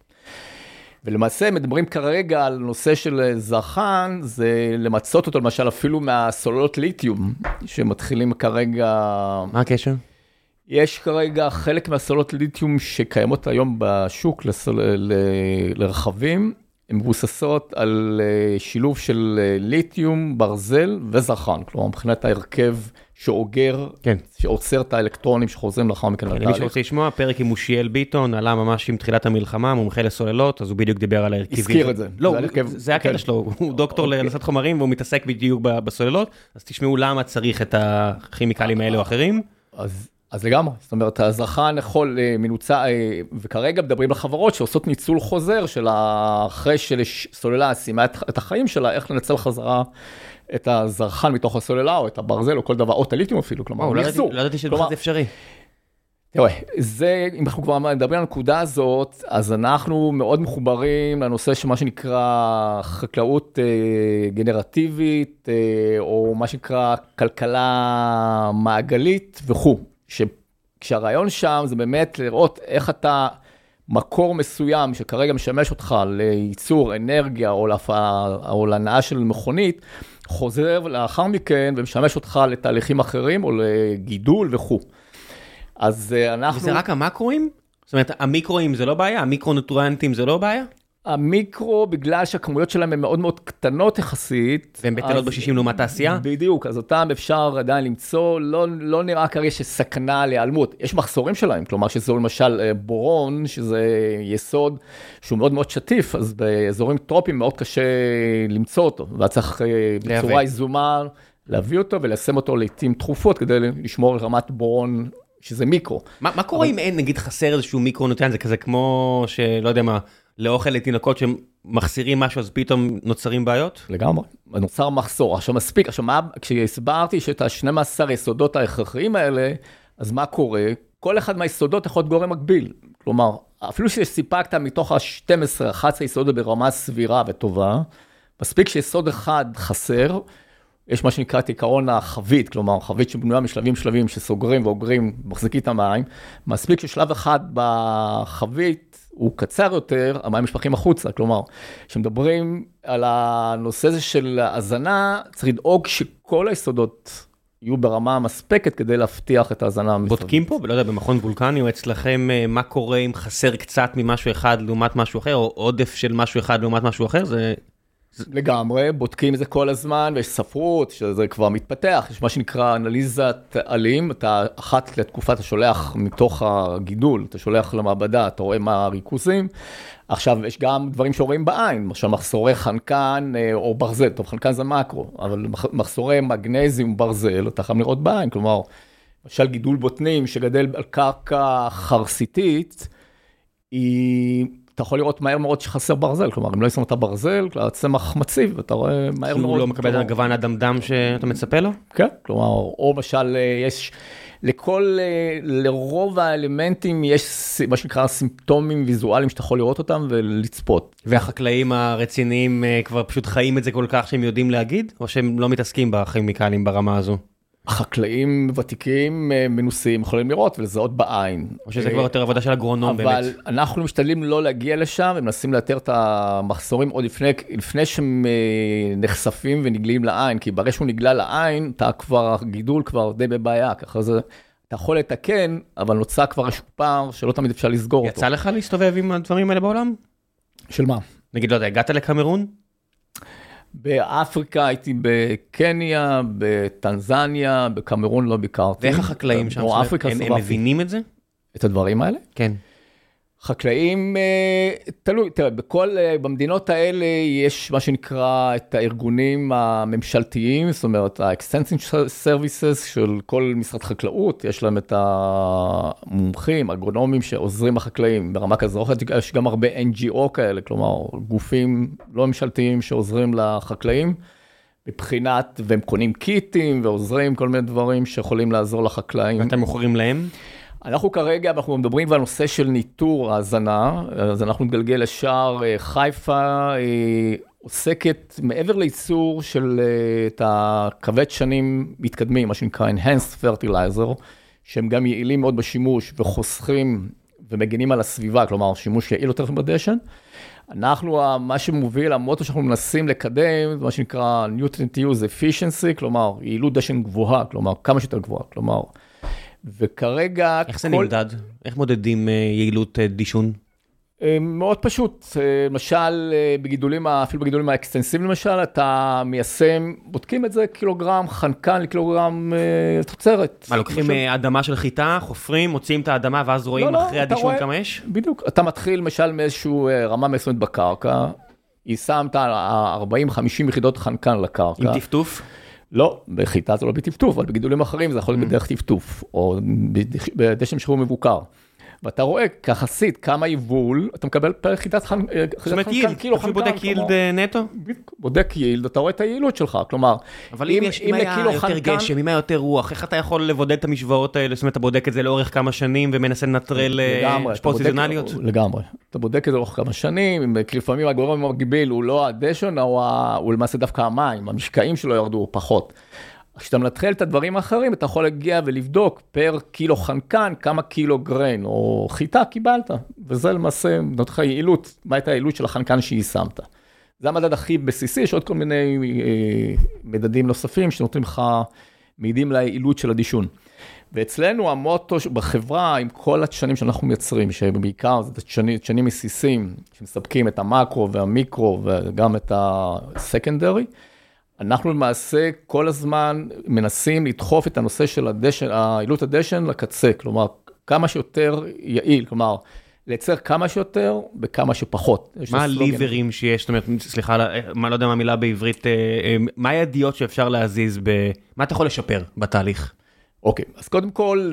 ולמעשה מדברים כרגע על נושא של זרחן, זה למצות אותו למשל אפילו מהסוללות ליתיום, שמתחילים כרגע... מה הקשר? יש כרגע חלק מהסוללות ליתיום שקיימות היום בשוק לסול... ל... לרכבים, הן מבוססות על שילוב של ליתיום, ברזל וזרחן. כלומר, מבחינת ההרכב שאוגר, כן. שעוצר את האלקטרונים שחוזרים לאחר מכן לתהליך. למי שרוצה לשמוע, פרק עם מושיאל ביטון, עלה ממש עם תחילת המלחמה, מומחה לסוללות, אז הוא בדיוק דיבר על ההרכבים. הזכיר את זה. לא, זה, זה, הרכב... זה הקטע שלו, הוא דוקטור okay. לנסות חומרים, והוא מתעסק בדיוק בסוללות, אז תשמעו למה צריך את הכימיקלים האלה או אחרים. אז... אז לגמרי, זאת אומרת, הזרחן יכול מנוצע, וכרגע מדברים לחברות שעושות ניצול חוזר של אחרי שלסוללה סיימה את החיים שלה, איך לנצל חזרה את הזרחן מתוך הסוללה, או את הברזל, או כל דבר, או את הליתיום אפילו, כלומר, מחזור. לא ידעתי שבכלל זה אפשרי. תראה, זה, אם אנחנו כבר מדברים על הנקודה הזאת, אז אנחנו מאוד מחוברים לנושא שמה שנקרא חקלאות גנרטיבית, או מה שנקרא כלכלה מעגלית וכו'. שכשהרעיון שם זה באמת לראות איך אתה מקור מסוים שכרגע משמש אותך לייצור אנרגיה או, להפעה, או להנאה של מכונית, חוזר לאחר מכן ומשמש אותך לתהליכים אחרים או לגידול וכו'. אז אנחנו... וזה רק המקרואים? זאת אומרת, המיקרואים זה לא בעיה? המיקרונוטריאנטים זה לא בעיה? המיקרו, בגלל שהכמויות שלהם הן מאוד מאוד קטנות יחסית. והן בטלות בשישים לעומת העשייה? בדיוק, אז אותם אפשר עדיין למצוא, לא, לא נראה כרגע שסכנה להיעלמות. יש מחסורים שלהם, כלומר שזה למשל בורון, שזה יסוד שהוא מאוד מאוד שטיף, אז באזורים טרופיים מאוד קשה למצוא אותו, והצריך בצורה איזומה להביא אותו ולשם אותו לעתים תכופות, כדי לשמור על רמת בורון, שזה מיקרו. מה, מה קורה אם אין, נגיד, חסר איזשהו מיקרונוטריאנט, זה כזה כמו שלא יודע מה, לאוכל לתינוקות שמחסירים משהו, אז פתאום נוצרים בעיות? לגמרי, נוצר מחסור. עכשיו מספיק, עכשיו מה, כשהסברתי שאת ה-שנים עשר יסודות ההכרחיים האלה, אז מה קורה? כל אחד מהיסודות יכול להיות גורם מקביל. כלומר, אפילו שסיפקת מתוך ה-שתים עשרה אחת עשרה יסודות ברמה סבירה וטובה, מספיק שיסוד אחד חסר, יש מה שנקרא את עיקרון החבית, כלומר, חבית שבנויה משלבים שלבים שסוגרים ואוגרים, מחזיקים את המים, מספיק ששלב אחד בחבית הוא קצר יותר, המים משפכים החוצה, כלומר, כשמדברים על הנושא הזה של הזנה, צריך לדאוג שכל היסודות יהיו ברמה מספקת כדי להבטיח את ההזנה. בודקים פה, לא יודע, במכון וולקני או אצלכם, מה קורה אם חסר קצת ממשהו אחד לעומת משהו אחר, או עודף של משהו אחד לעומת משהו אחר, זה... לגמרי, בודקים את זה כל הזמן, ויש ספרות, שזה כבר מתפתח, יש מה שנקרא אנליזת עלים, אתה אחת לתקופת השולח מתוך הגידול, אתה שולח למעבדה, אתה רואה מה הריכוזים, עכשיו יש גם דברים שרואים בעין, למשל מחסורי חנקן או ברזל, טוב חנקן זה מקרו, אבל מחסורי מגנזיום ברזל, אתה חייב לראות בעין, כלומר, למשל גידול בוטנים שגדל על קרקע חרסיתית, היא... אתה יכול לראות מהר מאוד שחסר ברזל, כלומר, אם לא ישמו את הברזל, הצמח מציב, ואתה רואה מהר מאוד... הוא לא מקבל את הגוון הדמדם שאתה מצפה לו? כן, כלומר, או משל, יש, לכל, לרוב האלמנטים יש מה שנקרא סימפטומים ויזואליים שאתה יכול לראות אותם ולצפות. והחקלאים הרציניים כבר פשוט חיים את זה כל כך שהם יודעים להגיד, או שהם לא מתעסקים בכימיקלים ברמה הזו? החקלאים ותיקים מנוסים יכולים לראות ולזהות בעין. או שזה כבר יותר עבודה של אגרונום באמת. אבל אנחנו משתדלים לא להגיע לשם, ומנסים לאתר את המחסורים עוד לפני, לפני שהם נחשפים ונגלים לעין, כי ברגע שהוא נגלה לעין, אתה כבר, הגידול כבר די בבעיה, ככה זה, אתה יכול לתקן, אבל נוצא כבר איזשהו פער שלא תמיד אפשר לסגור אותו. יצא לך להסתובב עם הדברים האלה בעולם? של מה? נגיד, לא יודע, הגעת לקמרון? באפריקה הייתי בקניה, בטנזניה, בקמרון לא ביקרתי. ואיך החקלאים שם? הם מבינים את זה? את הדברים האלה? כן. חקלאים, תלוי, תראה, בכל, במדינות האלה יש מה שנקרא את הארגונים הממשלתיים, זאת אומרת, ה-extensive services של כל משרד חקלאות, יש להם את המומחים, אגרונומים שעוזרים לחקלאים ברמה כזו, יש גם הרבה אן ג'י או כאלה, כלומר, גופים לא ממשלתיים שעוזרים לחקלאים, מבחינת, והם קונים קיטים ועוזרים כל מיני דברים שיכולים לעזור לחקלאים. ואתם מוכרים להם? אנחנו כרגע, אנחנו מדברים על נושא של ניטור ההזנה, אז אנחנו נגלגל לשער חיפה, עוסקת מעבר לייצור של את הכבד שנים מתקדמים, מה שנקרא Enhanced Fertilizer, שהם גם יעילים מאוד בשימוש וחוסכים ומגנים על הסביבה, כלומר שימוש יעיל יותר בדשן. אנחנו, מה שמוביל, המוטו שאנחנו מנסים לקדם, זה מה שנקרא Nutrient Use Efficiency, כלומר יעילות דשן גבוהה, כלומר כמה שיותר גבוהה, כלומר וכרגע... איך זה נמדד? איך מודדים יעילות דישון? מאוד פשוט. למשל, בגידולים, אפילו בגידולים האקסטנסיביים למשל, אתה מיישם, בודקים את זה קילוגרם חנקן לקילוגרם תוצרת. מה, לוקחים אדמה של חיטה, חופרים, מוצאים את האדמה, ואז רואים אחרי הדישון כמה יש? בדיוק. אתה מתחיל למשל מאיזשהו רמה מסוימת בקרקע, היא שמת ארבעים חמישים יחידות חנקן לקרקע. עם טפטוף? לא, בחיטה זה לא בטפטוף, אבל בגידולים אחרים זה יכול להיות בדרך טפטוף, או בדשן שהוא מבוקר. ואתה רואה כחסית כמה יבול, אתה מקבל פר חיטת חנקן, זאת אומרת יילד, אתה בודק יילד נטו? בודק יילד, אתה רואה את היעילות שלך, כלומר, אבל אם היה יותר גשם, אם היה יותר רוח, איך אתה יכול לבודד את המשוואות האלה? זאת אומרת, אתה בודק את זה לאורך כמה שנים, ומנסה לנטרל השפעות סיזונליות? לגמרי, אתה בודק את זה לאורך כמה שנים, לפעמים הגורם המגביל הוא לא הדשן, הוא למעשה דווקא המים, המשקעים שלו ירדו פחות. כשאתה מנטרל את הדברים האחרים, אתה יכול להגיע ולבדוק פר קילו חנקן, כמה קילו גרן, או חיטה קיבלת, וזה למעשה נותן לך יעילות, מה הייתה היעילות של החנקן שהיא שמת. זה המדד הכי בסיסי, יש עוד כל מיני אה, מדדים נוספים, שנותנים לך מעידים ליעילות של הדישון. ואצלנו המוטו בחברה, עם כל התשנים שאנחנו מייצרים, שבעיקר זה תשנים מסיסים, שמספקים את המקרו והמיקרו, וגם את הסקנדרי, אנחנו למעשה כל הזמן מנסים לדחוף את הנושא של הדשן, העילות הדשן לקצה, כלומר, כמה שיותר יעיל, כלומר, לייצר כמה שיותר בכמה שפחות. מה הליברים שיש, זאת אומרת, סליחה, מה לא יודע מה המילה בעברית, מה הידיעות שאפשר להזיז, מה אתה יכול לשפר בתהליך? אוקיי, אז קודם כל,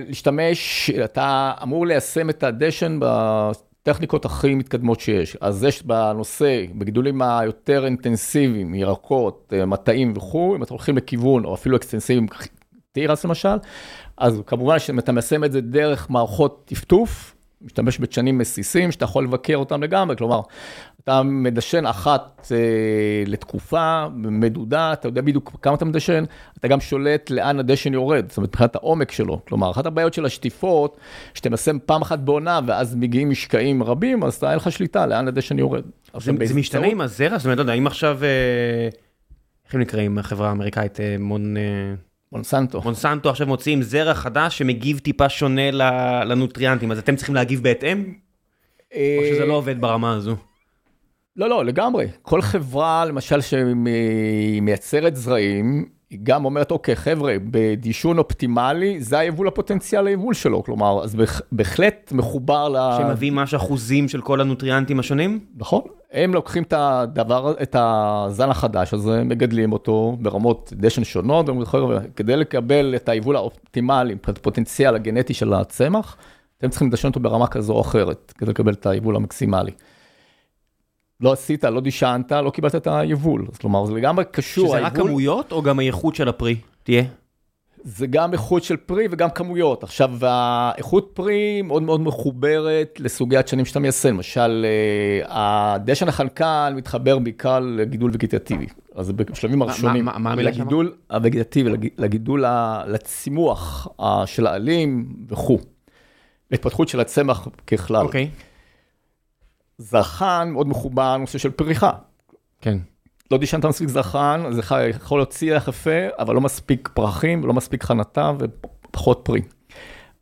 להשתמש, אתה אמור ליישם את הדשן טכניקות הכי מתקדמות שיש. אז יש בנושא, בגידולים היותר אינטנסיביים, ירקות, מטעים וכו', אם אתם הולכים לכיוון, או אפילו אקסטנסיביים, תירס למשל, אז כמובן שאתה מיישם את זה דרך מערכות טפטוף, משתמש בתשנים מסיסים, שאתה יכול לבקר אותם לגמרי, כלומר, אתה מדשן אחת אה, לתקופה, מדודה, אתה יודע בדיוק כמה אתה מדשן, אתה גם שולט לאן הדשן יורד, זאת אומרת, מבחינת העומק שלו. כלומר, אחת הבעיות של השטיפות, שאתה מסיים פעם אחת בעונה, ואז מגיעים משקעים רבים, אז אתה אין לך שליטה לאן הדשן יורד. זה, זה משתנה עם הזרע? זאת אומרת, לא יודע, אם עכשיו, אה, איך הם נקראים, החברה האמריקאית, אה, מון... אה... מונסנטו. מונסנטו עכשיו מוציאים זרע חדש שמגיב טיפה שונה לנוטריאנטים, אז אתם צריכים להגיב בהתאם? או שזה לא עובד ברמה הזו? לא, לא, לגמרי. כל חברה, למשל, שהיא מייצרת זרעים, היא גם אומרת, אוקיי, חבר'ה, בדישון אופטימלי, זה היבול הפוטנציאל היבול שלו, כלומר, אז בהחלט מחובר ל... שמביא ממש אחוזים של כל הנוטריאנטים השונים? נכון. הם לוקחים את הדבר, את הזן החדש הזה, מגדלים אותו ברמות דשן שונות, כדי לקבל את היבול האופטימלי, את הפוטנציאל הגנטי של הצמח, אתם צריכים לדשן אותו ברמה כזו או אחרת, כדי לקבל את היבול המקסימלי. לא עשית, לא דישנת, לא קיבלת את היבול. אז כלומר, זה לגמרי קשור. שזה רק כמויות או גם האיכות של הפרי? תהיה? זה גם איכות של פרי וגם כמויות. עכשיו, האיכות פרי מאוד מאוד מחוברת לסוגיית שנים שאתה מיישם. למשל, הדשן החנקן מתחבר בעיקר לגידול וגיטטיבי. אז בשלבים הראשונים, מה המילה שם? לגידול הווגטטיבי, לגידול, לצימוח של העלים וכו'. להתפתחות של הצמח ככלל. אוקיי. זרחן מאוד מחובר נושא של פריחה. כן. לא דישנת מספיק זרחן, זה יכול להוציא לך יפה, אבל לא מספיק פרחים, ולא מספיק חנתה ופחות פרי.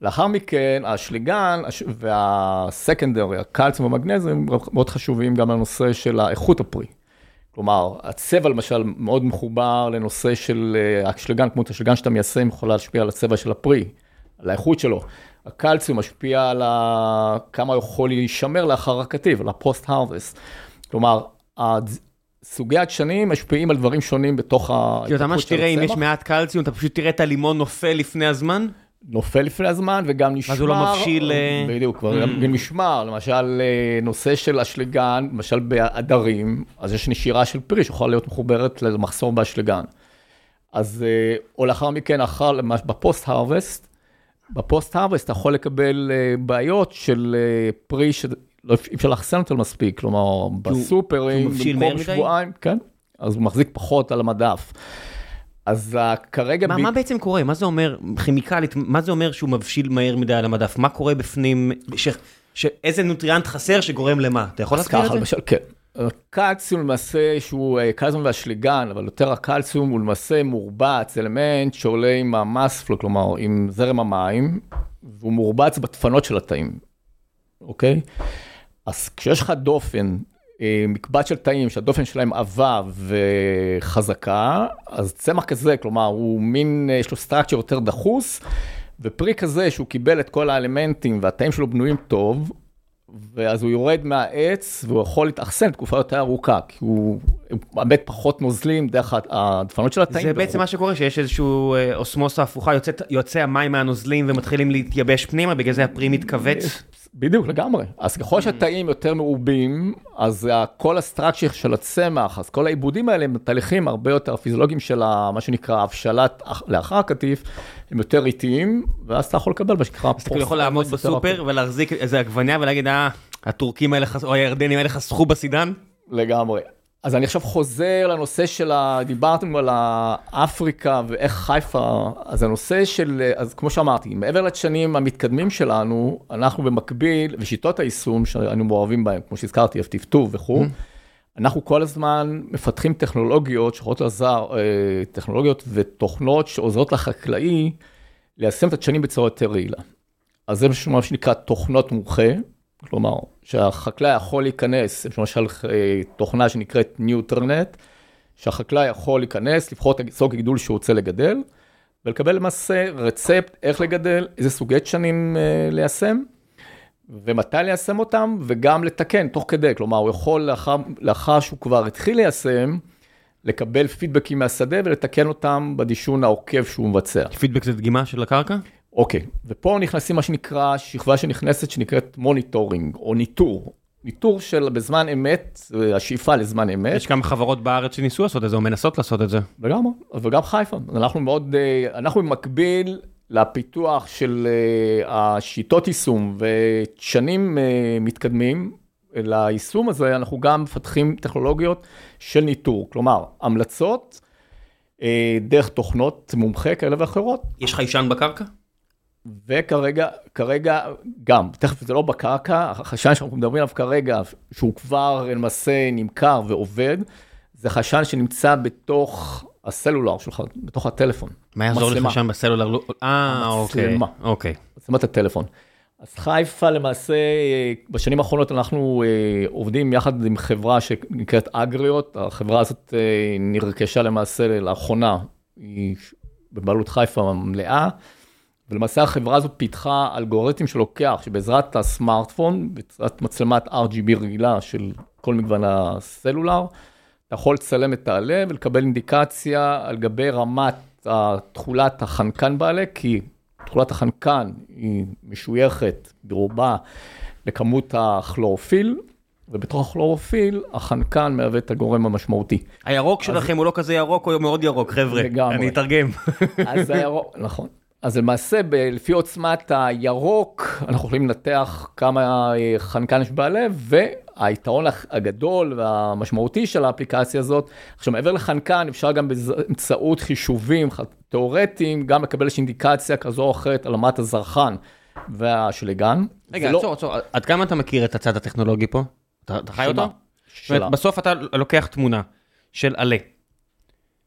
לאחר מכן, השליגן והסקנדרי, הקלציום והמגנזיום, מאוד חשובים גם לנושא של האיכות הפרי. כלומר, הצבע למשל מאוד מחובר לנושא של השליגן, כמו השליגן שאתה מיישם, יכולה להשפיע על הצבע של הפרי, על האיכות שלו. הקלציום משפיע על כמה הוא יכול להישמר לאחר הקטיף, על הפוסט-הרווסט. כלומר, סוגי הדשנים משפיעים על דברים שונים בתוך ההתפתחות של הצמח. אתה ממש תראה, אם יש מעט קלציום, אתה פשוט תראה את הלימון נופל לפני הזמן? נופל לפני הזמן וגם נשמר. אז הוא לא מבשיל... בדיוק, גם נשמר. למשל, נושא של אשלגן, למשל בעדרים, אז יש נשירה של פרי שיכולה להיות מחוברת למחסור באשלגן. אז, או לאחר מכן, אחר, בפוסט-הרווסט, בפוסט-הרווסט אתה יכול לקבל בעיות של פרי שלא אפשר לחסן אותו מספיק, כלומר, בסופרים, במקום שבועיים, כן? אז הוא מחזיק פחות על המדף. אז כרגע... מה, ב... מה בעצם קורה? מה זה אומר, כימיקלית, מה זה אומר שהוא מבשיל מהר מדי על המדף? מה קורה בפנים, ש... ש... איזה נוטריאנט חסר שגורם למה? אתה יכול להסביר את זה? למשל, כן. קלציום למעשה שהוא קלציום והשליגן, אבל יותר הקלציום הוא למעשה מורבץ, אלמנט שעולה עם המספלו, כלומר עם זרם המים, והוא מורבץ בדפנות של התאים. אוקיי? אז כשיש לך דופן, מקבץ של תאים שהדופן שלהם עבה וחזקה, אז צמח כזה, כלומר, הוא מין, יש לו סטרקצ'ר יותר דחוס, ופרי כזה שהוא קיבל את כל האלמנטים והתאים שלו בנויים טוב, ואז הוא יורד מהעץ והוא יכול להתאכסן תקופה יותר ארוכה, כי הוא באמת פחות נוזלים דרך הדפנות של התאים. זה בעצם מה שקורה, שיש איזשהו אוסמוסה הפוכה, יוצא, יוצא המים מהנוזלים ומתחילים להתייבש פנימה, בגלל זה הפרי מתכווץ. בדיוק, לגמרי. אז ככל שהתאים יותר מעובים, אז כל הסטרקצ'ר של הצמח, אז כל העיבודים האלה הם תהליכים הרבה יותר פיזיולוגיים של מה שנקרא הבשלת לאחר הקטיף, הם יותר איטיים, ואז אתה יכול לקבל מה שנקרא... אז אתה יכול לעמוד בסופר ולהחזיק איזה עגבניה ולהגיד, אה, הטורקים האלה או הירדנים האלה חסכו בסידן? לגמרי. אז אני עכשיו חוזר לנושא של, דיברתם על אפריקה ואיך חיפה, אז הנושא של, אז כמו שאמרתי, מעבר לשנים המתקדמים שלנו, אנחנו במקביל, ושיטות היישום שאנו מעורבים בהם, כמו שהזכרתי, אף טפטוף וכו', אנחנו כל הזמן מפתחים טכנולוגיות שיכולות לעזר, טכנולוגיות ותוכנות שעוזרות לחקלאי ליישם את הדשנים בצורה יותר רעילה. אז זה מה שנקרא תוכנות מומחה, כלומר, שהחקלאי יכול להיכנס, יש למשל תוכנה שנקראת ניוטרנט, שהחקלאי יכול להיכנס, לבחור את סוג הגידול שהוא רוצה לגדל, ולקבל למעשה רצפט איך לגדל, איזה סוגי דשנים ליישם, ומתי ליישם אותם, וגם לתקן תוך כדי. כלומר, הוא יכול לאחר, לאחר שהוא כבר התחיל ליישם, לקבל פידבקים מהשדה ולתקן אותם בדישון העוקב שהוא מבצע. פידבק זה דגימה של הקרקע? אוקיי, ופה נכנסים מה שנקרא, שכבה שנכנסת שנקראת מוניטורינג, או ניטור. ניטור של בזמן אמת, השאיפה לזמן אמת. יש כמה חברות בארץ שניסו לעשות את זה, או מנסות לעשות את זה. וגם, וגם חיפה. אנחנו מאוד, אנחנו במקביל לפיתוח של השיטות יישום, ושנים מתקדמים ליישום הזה, אנחנו גם מפתחים טכנולוגיות של ניטור. כלומר, המלצות דרך תוכנות מומחה כאלה ואחרות. יש חיישן בקרקע? וכרגע, כרגע גם, תכף זה לא בקרקע, החשן שאנחנו מדברים עליו כרגע, שהוא כבר למעשה נמכר ועובד, זה חשן שנמצא בתוך הסלולר שלך, בתוך הטלפון. מה יעזור לחשן בסלולר? אה, אוקיי. אוקיי. מצלמת הטלפון. אז חיפה למעשה, בשנים האחרונות אנחנו עובדים יחד עם חברה שנקראת אגריות, החברה הזאת נרכשה למעשה לאחרונה, היא בבעלות חיפה מלאה, ולמעשה החברה הזאת פיתחה אלגוריתם שלוקח, שבעזרת הסמארטפון, בעזרת מצלמת אר ג'י בי רגילה של כל מגוון הסלולר, אתה יכול לצלם את העלה ולקבל אינדיקציה על גבי רמת תכולת החנקן בעלה, כי תכולת החנקן היא משויכת ברובה לכמות הכלורופיל, ובתוך הכלורופיל החנקן מהווה את הגורם המשמעותי. הירוק שלכם הוא לא כזה ירוק, הוא מאוד ירוק, חבר'ה. אני אתרגם. אז הירוק, נכון. אז למעשה, לפי עוצמת הירוק, אנחנו יכולים לנתח כמה חנקן יש בעלה, והיתרון הגדול והמשמעותי של האפליקציה הזאת, עכשיו מעבר לחנקן, אפשר גם באמצעות חישובים תיאורטיים, גם לקבל איזושהי אינדיקציה כזו או אחרת על רמת הזרחן והשלגן. רגע, עצור, עצור, עד כמה אתה מכיר את הצד הטכנולוגי פה? אתה חי אותו? בסוף אתה לוקח תמונה של עלה.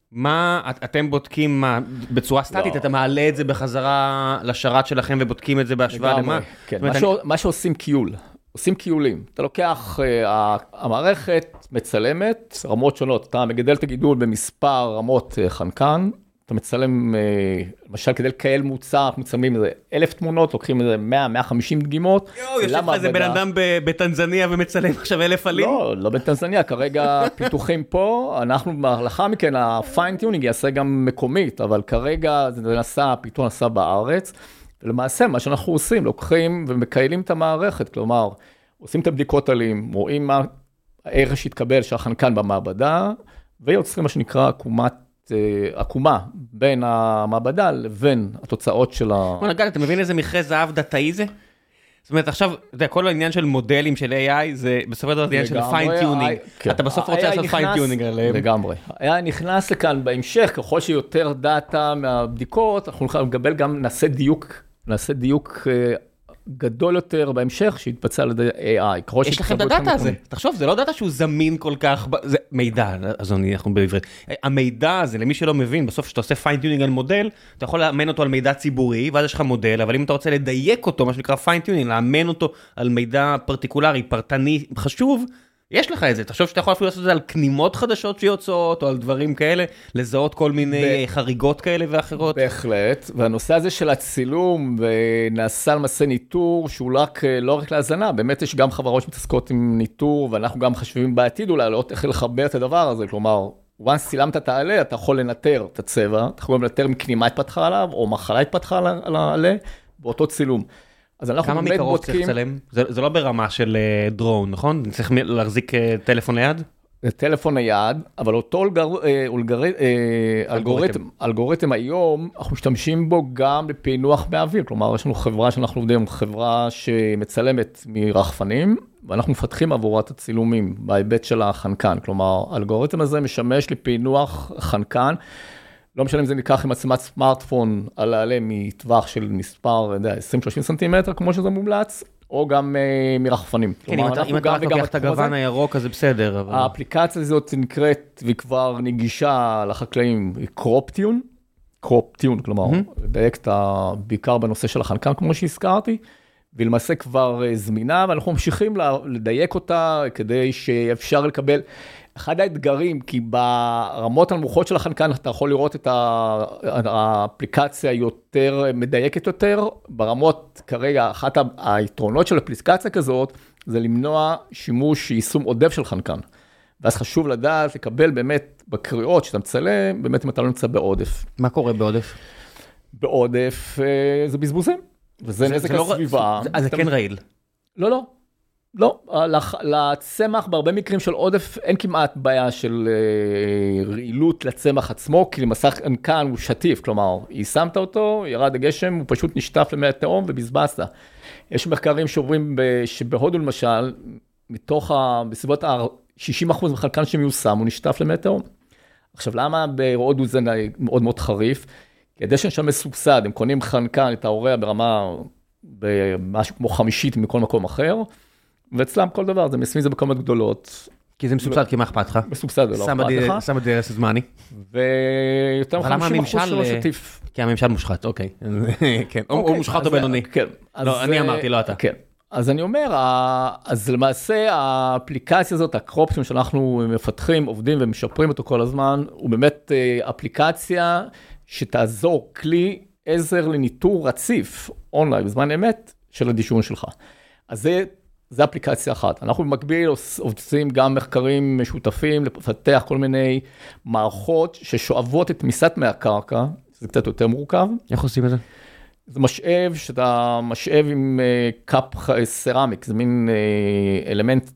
מה, אתם בודקים מה, בצורה סטטית, אתה מעלה את זה בחזרה לשרת שלכם ובודקים את זה בהשוואה למה? כן, מה שעושים קיול, עושים קיולים. אתה לוקח, המערכת מצלמת רמות שונות, אתה מגדל את הגידול במספר רמות חנקן, אתה מצלם, למשל, כדי לקהל מוצר, אנחנו מצלמים איזה אלף תמונות, לוקחים איזה מאה עד מאה וחמישים דגימות. יואו, יושב לך איזה בן אדם בטנזניה ומצלם עכשיו אלף עלים? לא, לא בטנזניה, כרגע פיתוחים פה, אנחנו לאחר מכן, הפיינטיונינג יעשה גם מקומית, אבל כרגע זה נעשה, פיתוח נעשה בארץ, ולמעשה מה שאנחנו עושים, לוקחים ומקהלים את המערכת, כלומר, עושים את הבדיקות עלים, רואים מה הערך שהתקבל של החנקן במעבדה, ויוצרים מה שנקרא עקומת, עקומה בין המעבדה לבין התוצאות של ה... בוא נגד, אתה מבין איזה מכרה זהב דאטאי זה? זאת אומרת, עכשיו, אתה יודע, כל העניין של מודלים של איי איי, זה בסופו של דבר עניין של פיינטיונינג. אתה בסוף רוצה לעשות פיינטיונינג עליהם. לגמרי. איי איי נכנס לכאן בהמשך, ככל שיותר דאטה מהבדיקות, אנחנו נקבל גם, נעשה דיוק, נעשה דיוק גדול יותר בהמשך, שיתבצע על ידי איי איי. יש לכם את הדאטה הזה. תחשוב, זה לא דאטה שהוא זמין כל כך, זה מידע, אז אנחנו בעברית. המידע הזה, למי שלא מבין, בסוף שאתה עושה פיינטיונינג על מודל, אתה יכול לאמן אותו על מידע ציבורי, ואז יש לך מודל, אבל אם אתה רוצה לדייק אותו, מה שנקרא פיינטיונינג, לאמן אותו על מידע פרטיקולרי, פרטני, חשוב, יש לך את זה. תחשוב שאתה יכול אפילו לעשות את זה על כנימות חדשות שיוצאות, או על דברים כאלה, לזהות כל מיני חריגות כאלה ואחרות. בהחלט, והנושא הזה של הצילום, ונעשה למעשה ניטור, שהוא לא רק להזנה, באמת יש גם חברות שמתעסקות עם ניטור, ואנחנו גם חושבים בעתיד אולי, לראות איך לחבר את הדבר הזה, כלומר, once צילמת את העלה, אתה יכול לנטר את הצבע, אתה יכול לנטר מכנימה התפתחה עליו, או מחלה התפתחה על העלה, באותו צילום. כמה מקרוב צריך לצלם? זה לא ברמה של דרון, נכון? צריך להחזיק טלפון ליד? טלפון ליד, אבל אותו אלגוריתם היום, אנחנו משתמשים בו גם בפענוח באוויר, כלומר, יש לנו חברה שאנחנו עובדים, חברה שמצלמת מרחפנים, ואנחנו מפתחים עבורה את הצילומים בהיבט של החנקן, כלומר, האלגוריתם הזה משמש לפענוח חנקן, לא משנה אם זה ניקח עם מצלמת סמארטפון על העלה מטווח של מספר עשרים שלושים סנטימטר, כמו שזה מומלץ, או גם מרחפנים. כן, אם אתה רק לוקח את הגוון הירוק, אז זה בסדר. האפליקציה הזאת נקראת, והיא כבר נגישה לחקלאים, היא קרופטיון, קרופטיון, כלומר, לדייק בעיקר בנושא של החנקן, כמו שהזכרתי, והיא למעשה כבר זמינה, ואנחנו ממשיכים לדייק אותה, כדי שאפשר לקבל... אחד האתגרים, כי ברמות הנמוכות של החנקן, אתה יכול לראות את האפליקציה יותר מדייקת יותר, ברמות כרגע, אחת היתרונות של אפליקציה כזאת, זה למנוע שימוש, יישום עודף של חנקן. ואז חשוב לדעת, לקבל באמת בקריאות שאתה מצלם, באמת אם אתה לא נמצא בעודף. מה קורה בעודף? בעודף זה בזבוזים, וזה נזק הסביבה. אז זה כן רעיל. לא, לא. לא, לצמח, בהרבה מקרים של עודף, אין כמעט בעיה של רעילות לצמח עצמו, כי למסך כאן הוא שטיף, כלומר, היא שמת אותו, ירד הגשם, הוא פשוט נשטף למי התהום ובזבזת. יש מחקרים שאומרים שבהודו למשל, מתוך בסביבות ה-שישים אחוז מחלקן שמיושם, הוא נשטף למי התהום. עכשיו, למה בהודו זה מאוד מאוד חריף? כי הדשן שם מסובסד, הם קונים חנקן את ההוריה ברמה, במשהו כמו חמישית מכל מקום אחר, ואצלם כל דבר, זה מסמין זה בקומות גדולות. כי זה מסובסד, כי מה אכפת לך? מסובסד, ולא אכפת לך. שם את זה לעשות זמני. ויותר חמישים אחוז שלו שטיף. כי הממשל מושחת, אוקיי. כן, הוא מושחת או בינוני. כן. לא, אני אמרתי, לא אתה. כן. אז אני אומר, אז למעשה האפליקציה הזאת, הקרופטיון שאנחנו מפתחים, עובדים ומשפרים אותו כל הזמן, הוא באמת אפליקציה שתעזור כלי עזר לניטור רציף אונליין בזמן אמת של הדישון שלך. אז זה זה אפליקציה אחת. אנחנו במקביל עושים גם מחקרים משותפים לפתח כל מיני מערכות ששואבות את תמיסת מהקרקע, זה קצת יותר מורכב. איך עושים את זה? זה משאב, שאתה משאב עם קאפ סרמיק, זה מין אלמנט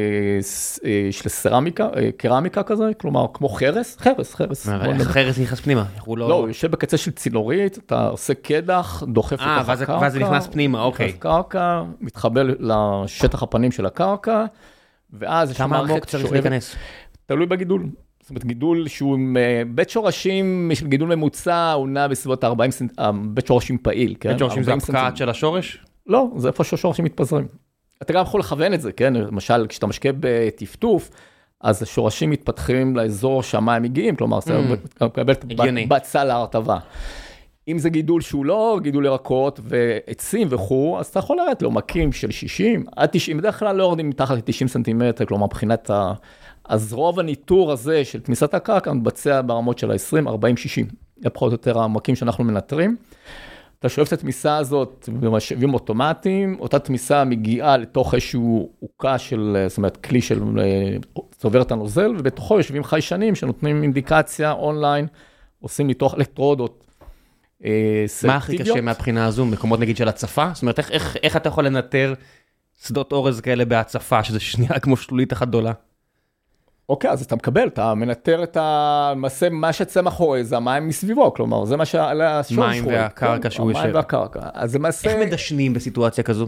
של סרמיקה, קרמיקה כזה, כלומר, כמו חרס, חרס, חרס. חרס נכנס פנימה. לא, הוא יושב בקצה של צינורית, אתה עושה קדח, דוחף לתוך הקרקע. ואז זה נכנס פנימה, אוקיי. נכנס קרקע, מתחבר לשטח הפנים של הקרקע, ואז יש כמה עמוק צריך להיכנס? תלוי בגידול. זאת אומרת, גידול שהוא עם בית שורשים, גידול ממוצע, הוא נע בסביבות ארבעים סנטימטר, בית שורשים פעיל, כן? בית שורשים זה הפקעת של השורש? לא, זה איפה שהשורשים מתפזרים. אתה גם יכול לכוון את זה, כן? למשל, כשאתה משקה בטפטוף, אז השורשים מתפתחים לאזור שהמים מגיעים, כלומר, זה מקבל בצל להרטבה. אם זה גידול שהוא לא גידול ירקות ועצים וכו', אז אתה יכול לראות לעומקים של שישים עד תשעים, בדרך כלל לא יורדים מתחת ל-תשעים סנטימטר, כלומר, מבחינת ה... אז רוב הניטור הזה של תמיסת הקרקע מתבצע ברמות של ה-עשרים, ארבעים, שישים. זה פחות או יותר העומקים שאנחנו מנטרים. אתה שואף את התמיסה הזאת במשאבים אוטומטיים, אותה תמיסה מגיעה לתוך איזשהו עוקה של, זאת אומרת, כלי של צובר את הנוזל, ובתוכו יושבים חיישנים שנותנים אינדיקציה אונליין, עושים מתוך אלקטרודות. מה הכי קשה מהבחינה הזו, מקומות נגיד של הצפה? זאת אומרת, איך, איך, איך אתה יכול לנטר שדות אורז כאלה בהצפה, שזה שנייה כמו שלולית אחת גדולה? אוקיי, אז אתה מקבל, אתה מנטר את המעשה, מה שיצא מאחורי זה המים מסביבו, כלומר, זה מה שעלה שורש מים והקרקע שהוא יושב. המים והקרקע. אז למעשה... איך מדשנים בסיטואציה כזו?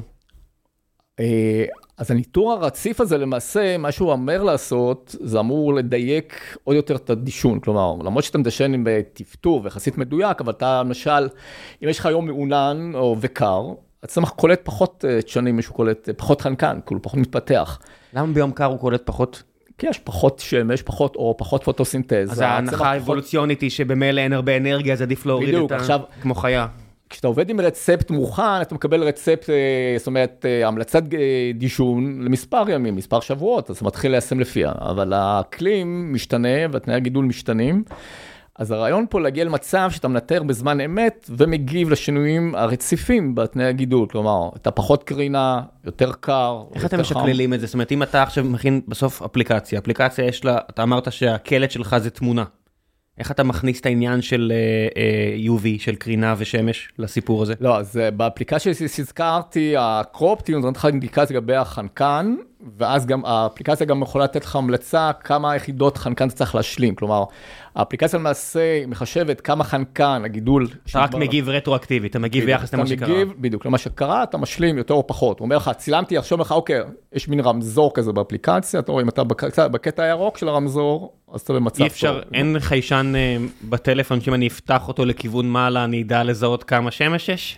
אז הניטור הרציף הזה למעשה, מה שהוא אומר לעשות, זה אמור לדייק עוד יותר את הדישון, כלומר, למרות שאתה מדשן עם טפטוף ויחסית מדויק, אבל אתה למשל, אם יש לך יום מעונן או וקר, הצמח קולט פחות דשנים, משהו קולט פחות חנקן, כאילו פחות מתפתח. למה ביום קר הוא קולט פחות? כי יש פחות שמש, פחות אור, פחות פוטוסינתזה. אז ההנחה האבולוציונית היא שבמילא אין הרבה אנרגיה, אז עדיף להוריד את ה... כמו חיה. כשאתה עובד עם רצפט מוכן, אתה מקבל רצפט, זאת אומרת, המלצת דישון למספר ימים, מספר שבועות, אז אתה מתחיל ליישם לפיה. אבל האקלים משתנה, והתנאי הגידול משתנים. אז הרעיון פה להגיע למצב שאתה מנטר בזמן אמת, ומגיב לשינויים הרציפים בתנאי הגידול. כלומר, אתה פחות קרינה, יותר קר. איך אתם משקללים את זה? זאת אומרת, אם אתה עכשיו מכין בסוף אפליקציה, אפליקציה יש לה, אתה אמרת שהקלט שלך זה תמונה. איך אתה מכניס את העניין של יו וי, של קרינה ושמש לסיפור הזה? לא, אז באפליקציה שהזכרתי, הקרופטיון, זאת אומרת, אינדיקציה לגבי החנקן, ואז גם האפליקציה גם יכולה לתת לך המלצה כמה יחידות חנקן אתה צריך להשלים. כלומר, האפליקציה למעשה מחשבת כמה חנקן, הגידול... אתה רק מגיב רטרואקטיבי, אתה מגיב ביחס למה שקרה. אתה מגיב, בדיוק, למה שקרה, אתה משלים יותר או פחות. הוא אומר לך, צילמתי, עכשיו לך, אוקיי, יש מין רמזור כזה באפליקציה, אתה רואה, אם אתה בקטע הירוק של הרמזור, אז אתה במצב טוב. אי אפשר, אין חיישן בטלפון, שאם אני אפתח אותו לכיוון מעלה, אני אדע לזהות כמה שמש יש?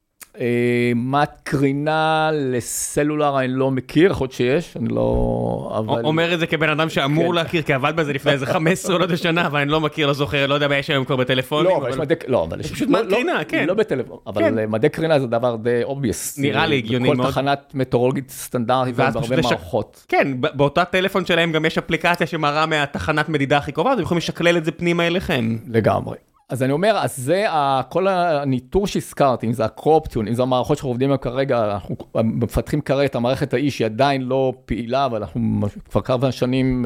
מה קרינה לסלולר אני לא מכיר, יכול להיות שיש, אני לא... אומר את זה כבן אדם שאמור להכיר, כי עבד בזה לפני איזה חמש עשרה עונות לשנה, אבל אני לא מכיר, לא זוכר, לא יודע מה יש היום כבר בטלפונים. לא, אבל יש פשוט מד קרינה, כן. לא בטלפון, אבל מדעי קרינה זה דבר די obvious. נראה לי הגיוני מאוד. בכל תחנת מטאורולוגית סטנדרטית ובהרבה מערכות. כן, באותה טלפון שלהם גם יש אפליקציה שמראה מהתחנת מדידה הכי קרובה, אז הם יכולים לשקלל את זה פנימה אליכם. לגמרי. אז אני אומר, אז זה כל הניטור שהזכרתי, אם זה הקרופטיון, אם זה המערכות שאנחנו עובדים כרגע, אנחנו מפתחים כרגע את המערכת האיש, שהיא עדיין לא פעילה, אבל אנחנו כבר כמה שנים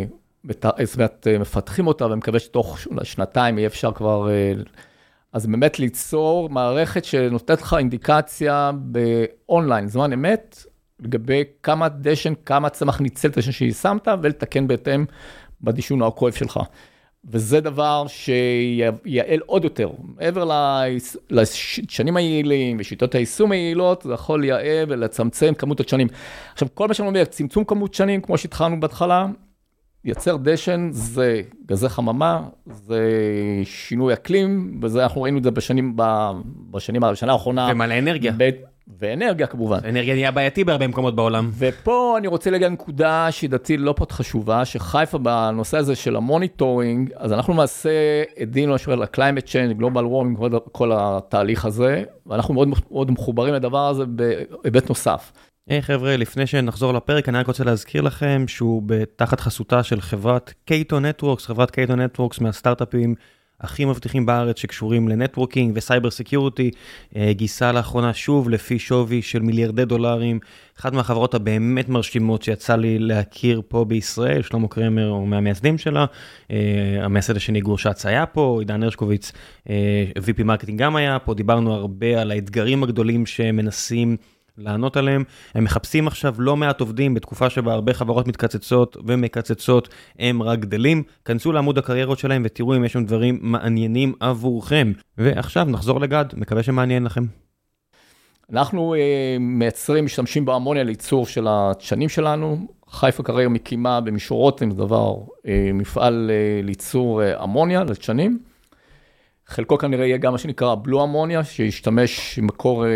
מפתחים אותה, ומקווה שתוך שנתיים יהיה אפשר כבר, אז באמת ליצור מערכת שנותנת לך אינדיקציה באונליין, זמן אמת, לגבי כמה דשן, כמה צמח ניצל את הדשן ששמת, ולתקן בהתאם בדישון או הכואב שלך. וזה דבר שיעל עוד יותר, מעבר לשנים היעילים ושיטות היישום היעילות, זה יכול לייעל ולצמצם כמות השנים. עכשיו, כל מה שאני אומר, צמצום כמות שנים, כמו שהתחלנו בהתחלה, יצר דשן, זה גזי חממה, זה שינוי אקלים, וזה אנחנו ראינו את זה בשנים, בשנים, בשנה האחרונה. ומלא אנרגיה. ואנרגיה כמובן. אנרגיה נהיה בעייתי בהרבה מקומות בעולם. ופה אני רוצה להגיע לנקודה שדעתי לא פחות חשובה, שחיפה בנושא הזה של המוניטורינג, אז אנחנו למעשה עדים ל-climate change, global warming, כל התהליך הזה, ואנחנו מאוד, מאוד מחוברים לדבר הזה בהיבט נוסף. היי חבר'ה, לפני שנחזור לפרק, אני רק רוצה להזכיר לכם שהוא בתחת חסותה של חברת קייטו נטוורקס, חברת קייטו נטוורקס מהסטארט-אפים הכי מבטיחים בארץ שקשורים לנטוורקינג וסייבר סקיוריטי, גיסה לאחרונה שוב לפי שווי של מיליארדי דולרים, אחת מהחברות הבאמת מרשימות שיצא לי להכיר פה בישראל, שלמה קרמר הוא מהמייסדים שלה, המייסד השני גור שץ היה פה, עידן הרשקוביץ, וי פי מרקטינג גם היה פה, דיברנו הרבה על האתגרים הגדולים שמנסים לענות עליהם, הם מחפשים עכשיו לא מעט עובדים בתקופה שבה הרבה חברות מתקצצות ומקצצות, הם רק גדלים, כנסו לעמוד הקריירות שלהם ותראו אם יש שם דברים מעניינים עבורכם. ועכשיו נחזור לגד, מקווה שמעניין לכם. אנחנו אה, מייצרים, משתמשים באמוניה לייצור של הדשנים שלנו, חיפה כרגע מקימה במישורות, עם דבר, אה, מפעל אה, לייצור אה, אמוניה לדשנים, חלקו כנראה יהיה גם מה שנקרא בלו אמוניה, שישתמש מקור אה,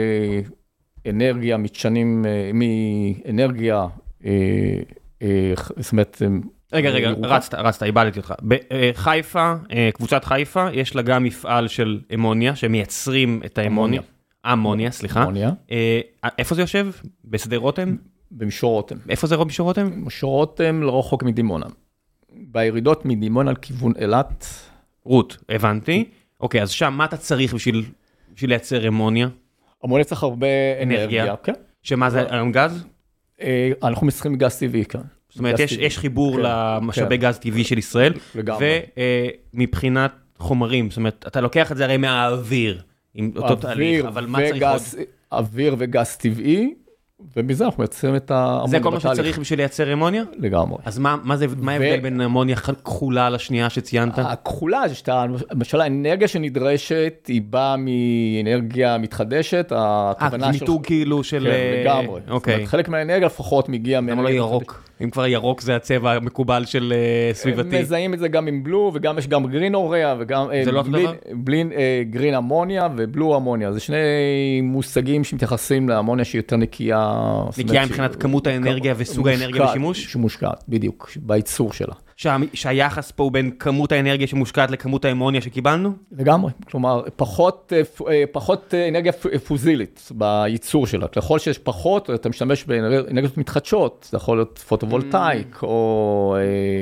אנרגיה מתשנים, מאנרגיה, זאת אומרת, רגע, רגע, רצת, רצת, איבדתי אותך. בחיפה, קבוצת חיפה, יש לה גם מפעל של אמוניה, שמייצרים את האמוניה. אמוניה, סליחה. אמוניה. איפה זה יושב? בשדה רותם? במישור רותם. איפה זה במישור רותם? במישור רותם, לא רחוק מדימונה. בירידות מדימונה על כיוון אילת. רות, הבנתי. אוקיי, אז שם, מה אתה צריך בשביל, בשביל לייצר אמוניה? אמוניה צריך הרבה אנרגיה. אנרגיה. כן. שמה זה, היום גז? אנחנו מסתכלים בגז טבעי כאן. זאת אומרת, יש, יש חיבור כן, למשאבי כן. גז טבעי של ישראל. לגמרי. ומבחינת חומרים, זאת אומרת, אתה לוקח את זה הרי מהאוויר, עם אותו תהליך, אבל מה צריך עוד? אוויר וגז טבעי, ומזה אנחנו מייצרים את האמוניה. זה כל מה שצריך בשביל לייצר אמוניה? לגמרי. אז מה, מה זה, מה ההבדל בין אמוניה כחולה לשנייה שציינת? הכחולה זה שאתה, למשל האנרגיה שנדרשת, היא באה מאנרגיה מתחדשת, הכוונה של... אה, מיתוג כאילו של... כן, לגמרי. אוקיי. זאת אומרת, חלק מהאנרגיה לפחות מגיע... למה לא ירוק? אם כבר ירוק זה הצבע המקובל של סביבתי. מזהים את זה גם עם בלו, וגם יש גם גרין אוריאה, וגם... זה לא אותו דבר? גרין אמוניה ובלו אמוניה. זה שני מושגים שמתייחסים לאמוניה שהיא יותר נקייה. נקייה מבחינת כמות האנרגיה וסוג האנרגיה בשימוש? שמושקעת, בדיוק, בייצור שלה. שהיחס פה הוא בין כמות האנרגיה שמושקעת לכמות האמוניה שקיבלנו? לגמרי. כלומר, פחות, פחות אנרגיה פוזילית בייצור שלה. ככל שיש פחות, אתה משתמש באנרגיות מתחדשות. זה יכול להיות פוטו-וולטאיק, או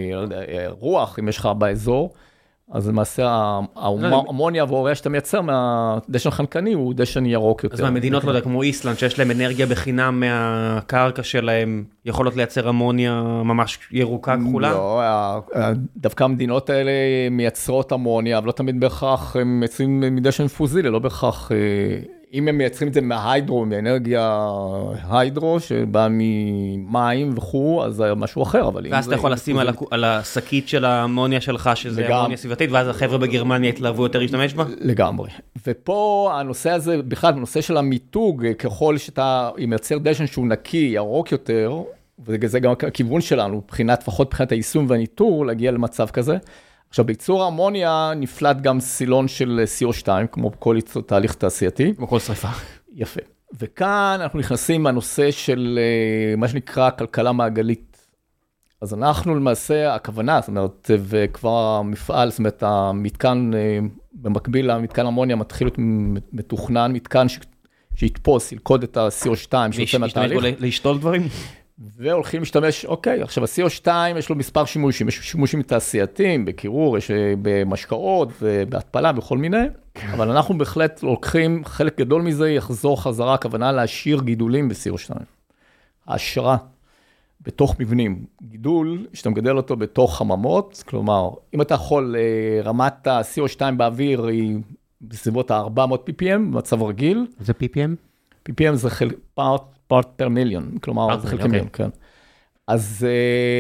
רוח, אם יש לך באזור. אז למעשה, האמוניה והאוריה שאתה מייצר מהדשן חנקני, הוא דשן ירוק יותר. אז מהמדינות, לא יודע, כמו איסלנד, שיש להם אנרגיה בחינם מהקרקע שלהם, יכולות לייצר אמוניה ממש ירוקה כחולה? לא, דווקא המדינות האלה מייצרות אמוניה, אבל לא תמיד בהכרח הם מייצרים מדשן פוזילי, לא בהכרח... אם הם מייצרים את זה מההיידרו, מאנרגיה היידרו, שבאה ממים וכו', אז זה משהו אחר. ואז אתה יכול לשים על השקית של האמוניה שלך, שזה אמוניה סביבתית, ואז החבר'ה בגרמניה התלהבו יותר להשתמש בה? לגמרי. ופה הנושא הזה, בכלל, הנושא של המיתוג, ככל שאתה מייצר דשן שהוא נקי, ירוק יותר, וזה גם הכיוון שלנו, מבחינת, לפחות מבחינת היישום והניטור, להגיע למצב כזה. עכשיו, בייצור האמוניה נפלט גם סילון של סי או שתיים, כמו כל תהליך תעשייתי. כמו כל שריפה. יפה. וכאן אנחנו נכנסים מהנושא של מה שנקרא כלכלה מעגלית. אז אנחנו למעשה, הכוונה, זאת אומרת, וכבר המפעל, זאת אומרת, המתקן, במקביל למתקן אמוניה מתחיל להיות מתוכנן, מתקן שיתפוס, ילכוד את ה-סי או שתיים, שיוצא מהתהליך. להשתול דברים? והולכים להשתמש, אוקיי, עכשיו ה-סי או שתיים יש לו מספר שימושים, יש שימושים תעשייתיים, בקירור, יש במשקאות ובהתפלה, בכל מיני, אבל אנחנו בהחלט לוקחים, חלק גדול מזה יחזור חזרה, הכוונה להשאיר גידולים ב-סי או שתיים. העשרה בתוך מבנים, גידול, שאתה מגדל אותו בתוך חממות, כלומר, אם אתה יכול, רמת ה-סי או שתיים באוויר היא בסביבות ה-ארבע מאות פי פי אם, במצב רגיל. זה פי פי אם? פי פי אם זה פארט, פארט פר מיליון, כלומר, זה חלקי מיליון, כן. אז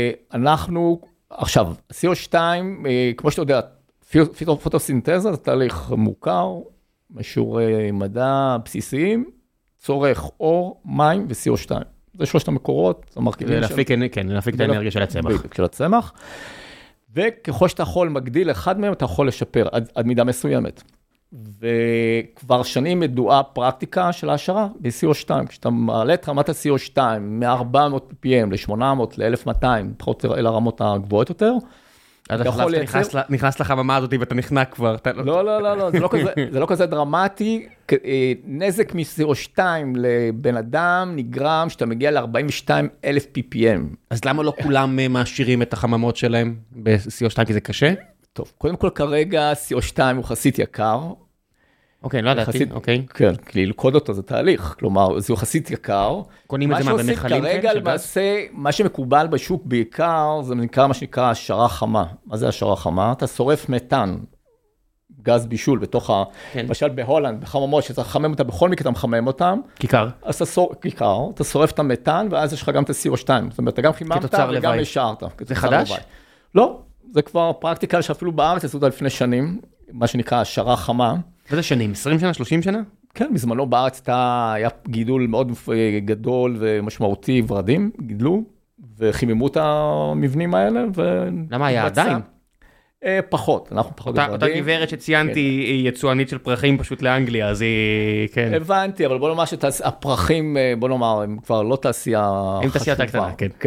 אנחנו, עכשיו, סי או שתיים, כמו שאתה יודע, פוטוסינתזה זה תהליך מוכר, משיעורי מדע בסיסיים, צורך אור, מים ו-סי או שתיים. זה שלושת המקורות, זה מרכיבים של... כן, להפיק את האנרגיה של הצמח. של הצמח, וככל שאתה יכול מגדיל אחד מהם, אתה יכול לשפר עד, עד מידה מסוימת. וכבר שנים ידועה פרקטיקה של העשרה ב-סי או שתיים, כשאתה מעלה את רמת ה-סי או שתיים מ-ארבע מאות פי פי אם ל-שמונה מאות ל-אלף ומאתיים, פחות אל הרמות הגבוהות יותר, אתה נכנס לחממה הזאת ואתה נחנק כבר. לא, לא, לא, לא, זה לא כזה דרמטי. נזק מ-סי או שתיים לבן אדם נגרם שאתה מגיע ל-ארבעים ושתיים אלף פי פי אם. אז למה לא כולם מעשירים את החממות שלהם ב-סי או שתיים? כי זה קשה? טוב, קודם כל כרגע סי או שתיים הוא חסית יקר. אוקיי, לא ידעתי, אוקיי. כן, כי ללכוד אותו זה תהליך, כלומר, זה הוא חסית יקר. קונים את זה מה, במחלים? כרגע למעשה, מה שמקובל בשוק בעיקר, זה נקרא מה שנקרא השערה חמה. מה זה השערה חמה? אתה שורף מתאן, גז בישול בתוך ה... למשל בהולנד, בחממות, שאתה חמם אותה, בכל מקרה אתה מחמם אותם. כיכר. אז אתה שורף, כיכר, אתה שורף את המתאן, ואז יש לך גם את ה-סי או שתיים. זאת אומרת, אתה גם חיממת וגם השארת. זה חדש? לא. זה כבר פרקטיקה שאפילו בארץ עשו אותה לפני שנים, מה שנקרא השערה חמה. וזה שנים, עשרים שנה, שלושים שנה? כן, בזמנו בארץ היה גידול מאוד גדול ומשמעותי, ורדים גידלו, וחיממו את המבנים האלה. למה היה עדיין? פחות, אנחנו פחות ורדים. אותה גברת שציינתי היא יצואנית של פרחים פשוט לאנגליה, אז היא, כן. הבנתי, אבל בוא נאמר שהפרחים, בוא נאמר, הם כבר לא תעשייה חשובה. הם תעשייה קטנה, כן.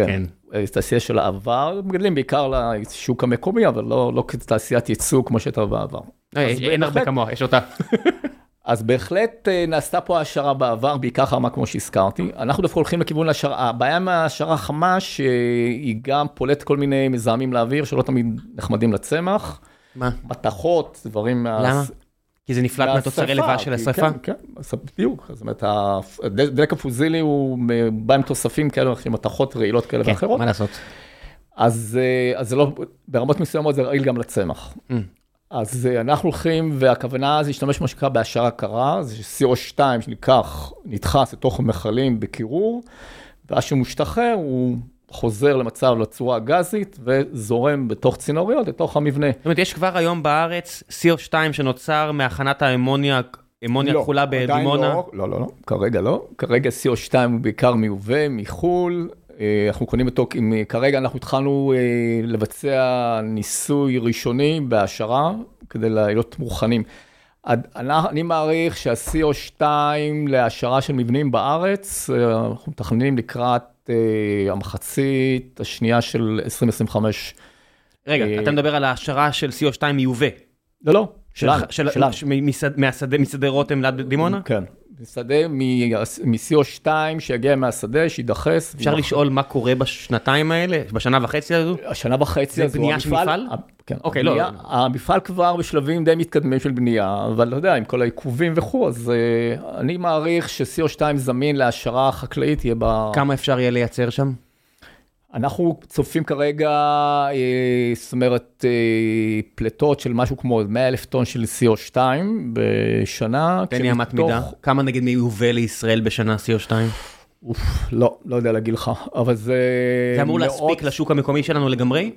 תעשייה של העבר, מגדלים בעיקר לשוק המקומי, אבל לא, לא כתעשיית ייצוא כמו שהייתה בעבר. אין הרבה כמוה, יש אותה. אז בהחלט נעשתה פה השערה בעבר, בעיקר חמה כמו שהזכרתי. אנחנו דווקא הולכים לכיוון השערה, הבעיה מהשערה חמה, שהיא גם פולט כל מיני מזהמים לאוויר, שלא תמיד נחמדים לצמח. מה? מתכות, דברים מה... למה? כי זה נפלט מהתוצרי לבה של השריפה? כן, כן, בדיוק. זאת אומרת, הדלק הפוזילי הוא בא עם תוספים כאלה, עם מתכות רעילות כאלה ואחרות. כן, מה לעשות? אז זה לא, ברמות מסוימות זה רעיל גם לצמח. אז אנחנו הולכים, והכוונה זה להשתמש מה שנקרא בהשערה קרה, זה סי או שתיים שניקח, נדחס לתוך המכלים בקירור, ואז שהוא משתחרר, הוא חוזר למצב לצורה הגזית, וזורם בתוך צינוריות, לתוך המבנה. זאת אומרת, יש כבר היום בארץ סי או שתיים שנוצר מהכנת האמוניה, אמוניה כחולה בדימונה? לא, לא, לא, לא, כרגע לא. כרגע סי או שתיים הוא בעיקר מיובא, מחול, אנחנו קונים אותו, כרגע אנחנו התחלנו לבצע ניסוי ראשוני בהשערה, כדי להיות מוכנים. אני מעריך שה-סי או שתיים להשערה של מבנים בארץ, אנחנו מתכננים לקראת המחצית השנייה של עשרים עשרים וחמש. רגע, אתה מדבר על ההשערה של סי או שתיים מיובא? לא, לא, שלנו. משדה רותם ליד דימונה? כן. שדה מ-סי או שתיים שיגיע מהשדה, שידחס. אפשר לשאול מה קורה בשנתיים האלה, בשנה וחצי הזו? השנה וחצי הזו. זה בנייה של מפעל? כן. אוקיי, לא. המפעל כבר בשלבים די מתקדמים של בנייה, אבל לא יודע, עם כל העיכובים וכו', אז אני מעריך ש-סי או שתיים זמין להשערה החקלאית יהיה ב... כמה אפשר יהיה לייצר שם? אנחנו צופים כרגע, זאת אומרת, פלטות של משהו כמו מאה אלף טון של סי או שתיים בשנה. תן לי אמת מידה. כמה נגיד מיובא לישראל בשנה סי או שתיים? אוף, לא, לא יודע להגיד לך, אבל זה... זה אמור להספיק לשוק המקומי שלנו לגמרי?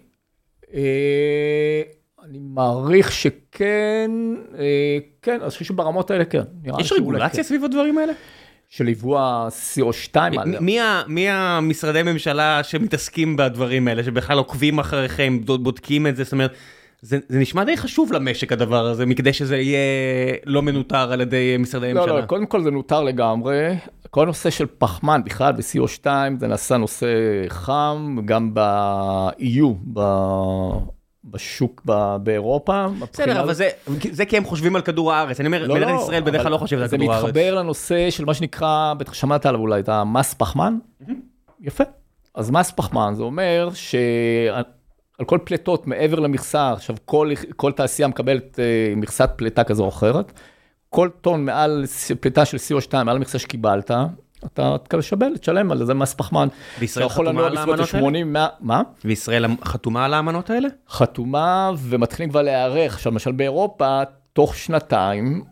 אני מעריך שכן, כן, אז חושב ברמות האלה כן. יש רגולציה סביב הדברים האלה? של יבוא ה-סי או שתיים. מי המשרדי ממשלה שמתעסקים בדברים האלה, שבכלל עוקבים אחריכם, בודקים את זה, זאת אומרת, זה נשמע די חשוב למשק הדבר הזה, מכדי שזה יהיה לא מנותר על ידי משרדי ממשלה. לא, לא, קודם כל זה נותר לגמרי. כל נושא של פחמן בכלל ב-סי או שתיים, זה נעשה נושא חם, גם ב-אי יו, בשוק באירופה. בסדר, אבל זה כי הם חושבים על כדור הארץ. אני אומר, מדינת ישראל בדרך כלל לא חושבת על כדור הארץ. זה מתחבר לנושא של מה שנקרא, בטח שמעת עליו אולי, את המס פחמן. יפה. אז מס פחמן, זה אומר שעל כל פלטות מעבר למכסה, עכשיו כל תעשייה מקבלת מכסת פלטה כזו או אחרת, כל טון מעל פלטה של סי או שתיים, מעל המכסה שקיבלת, אתה תשבל, תשלם על זה מס פחמן. וישראל חתומה על האמנות האלה? מה? וישראל חתומה על האמנות האלה? חתומה, ומתחילים כבר להיערך. עכשיו, למשל באירופה, תוך שנתיים,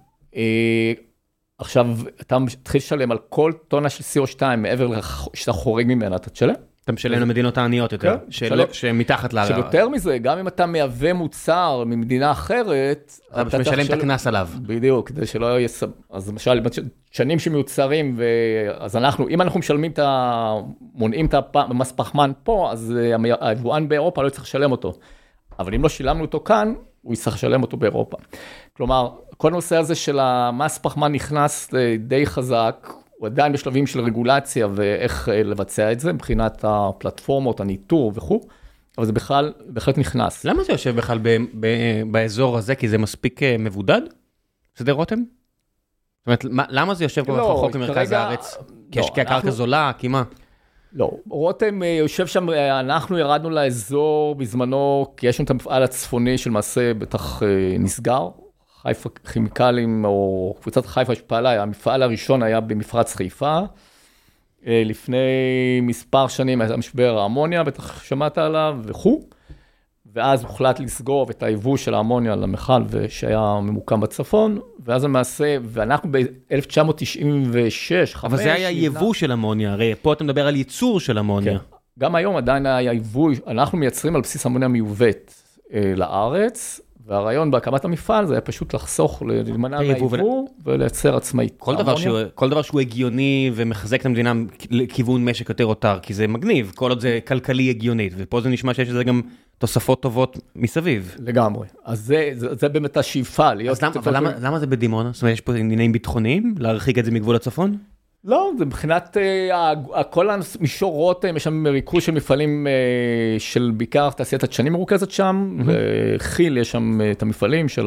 עכשיו, אתה מתחיל לשלם על כל טונה של סי או שתיים, מעבר שאתה חורג ממנה, אתה תשלם? אתה משלם למדינות העניות יותר, שמתחת לה... שיותר מזה, גם אם אתה מייבא מוצר ממדינה אחרת... אתה משלם את הכנס עליו. בדיוק, כדי שלא יהיה... אז למשל, שנים שמיוצרים, אז אנחנו, אם אנחנו משלמים את ה... מונעים את המס פחמן פה, אז היבואן באירופה לא יצטרך לשלם אותו. אבל אם לא שילמנו אותו כאן, הוא יצטרך לשלם אותו באירופה. כלומר, כל הנושא הזה של המס פחמן נכנס די חזק, הוא עדיין בשלבים של רגולציה ואיך לבצע את זה, מבחינת הפלטפורמות, הניטור וכו', אבל זה בכלל, בהחלט נכנס. למה זה יושב בכלל ב- ב- באזור הזה? כי זה מספיק מבודד? שדה רותם? זאת אומרת, מה, למה זה יושב כל כך רחוק ממרכז הארץ? כי יש הקרקע זולה, כי מה? לא, רותם יושב שם, אנחנו ירדנו לאזור בזמנו, כי יש לנו את המפעל הצפוני של מעשה בטח נסגר, חיפה כימיקלים, או קבוצת חיפה שפעלה, המפעל הראשון היה במפרץ חיפה, לפני מספר שנים היה משבר האמוניה, בטח שמעת עליו וכו', ואז הוחלט לסגור את היבוא של האמוניה למכל, שהיה ממוקם בצפון, ואז למעשה, ואנחנו ב-אלף תשע מאות תשעים ושש, אבל זה היה יבוא של אמוניה, הרי פה אתה מדבר על ייצור של אמוניה. כן. גם היום עדיין היה יבוא, אנחנו מייצרים על בסיס אמוניה מיובאת לארץ, והרעיון בהקמת המפעל זה היה פשוט לחסוך, להימנע מהיבוא ולייצר עצמאית. כל דבר, שהוא, כל דבר שהוא הגיוני ומחזק את המדינה לכיוון משק יותר אותר, כי זה מגניב, כל עוד זה כלכלי הגיונית, ופה זה נשמע שיש לזה גם תוספות טובות מסביב. לגמרי. אז זה, זה, זה באמת השאיפה. אז למה, אבל למה, למה זה בדימונה? זאת אומרת, יש פה עניינים ביטחוניים? להרחיק את זה מגבול הצפון? לא, זה מבחינת כל המישור רותם, יש שם ריכוז של מפעלים של בעיקר תעשיית הדשנים מרוכזת שם, וחיל יש שם את המפעלים של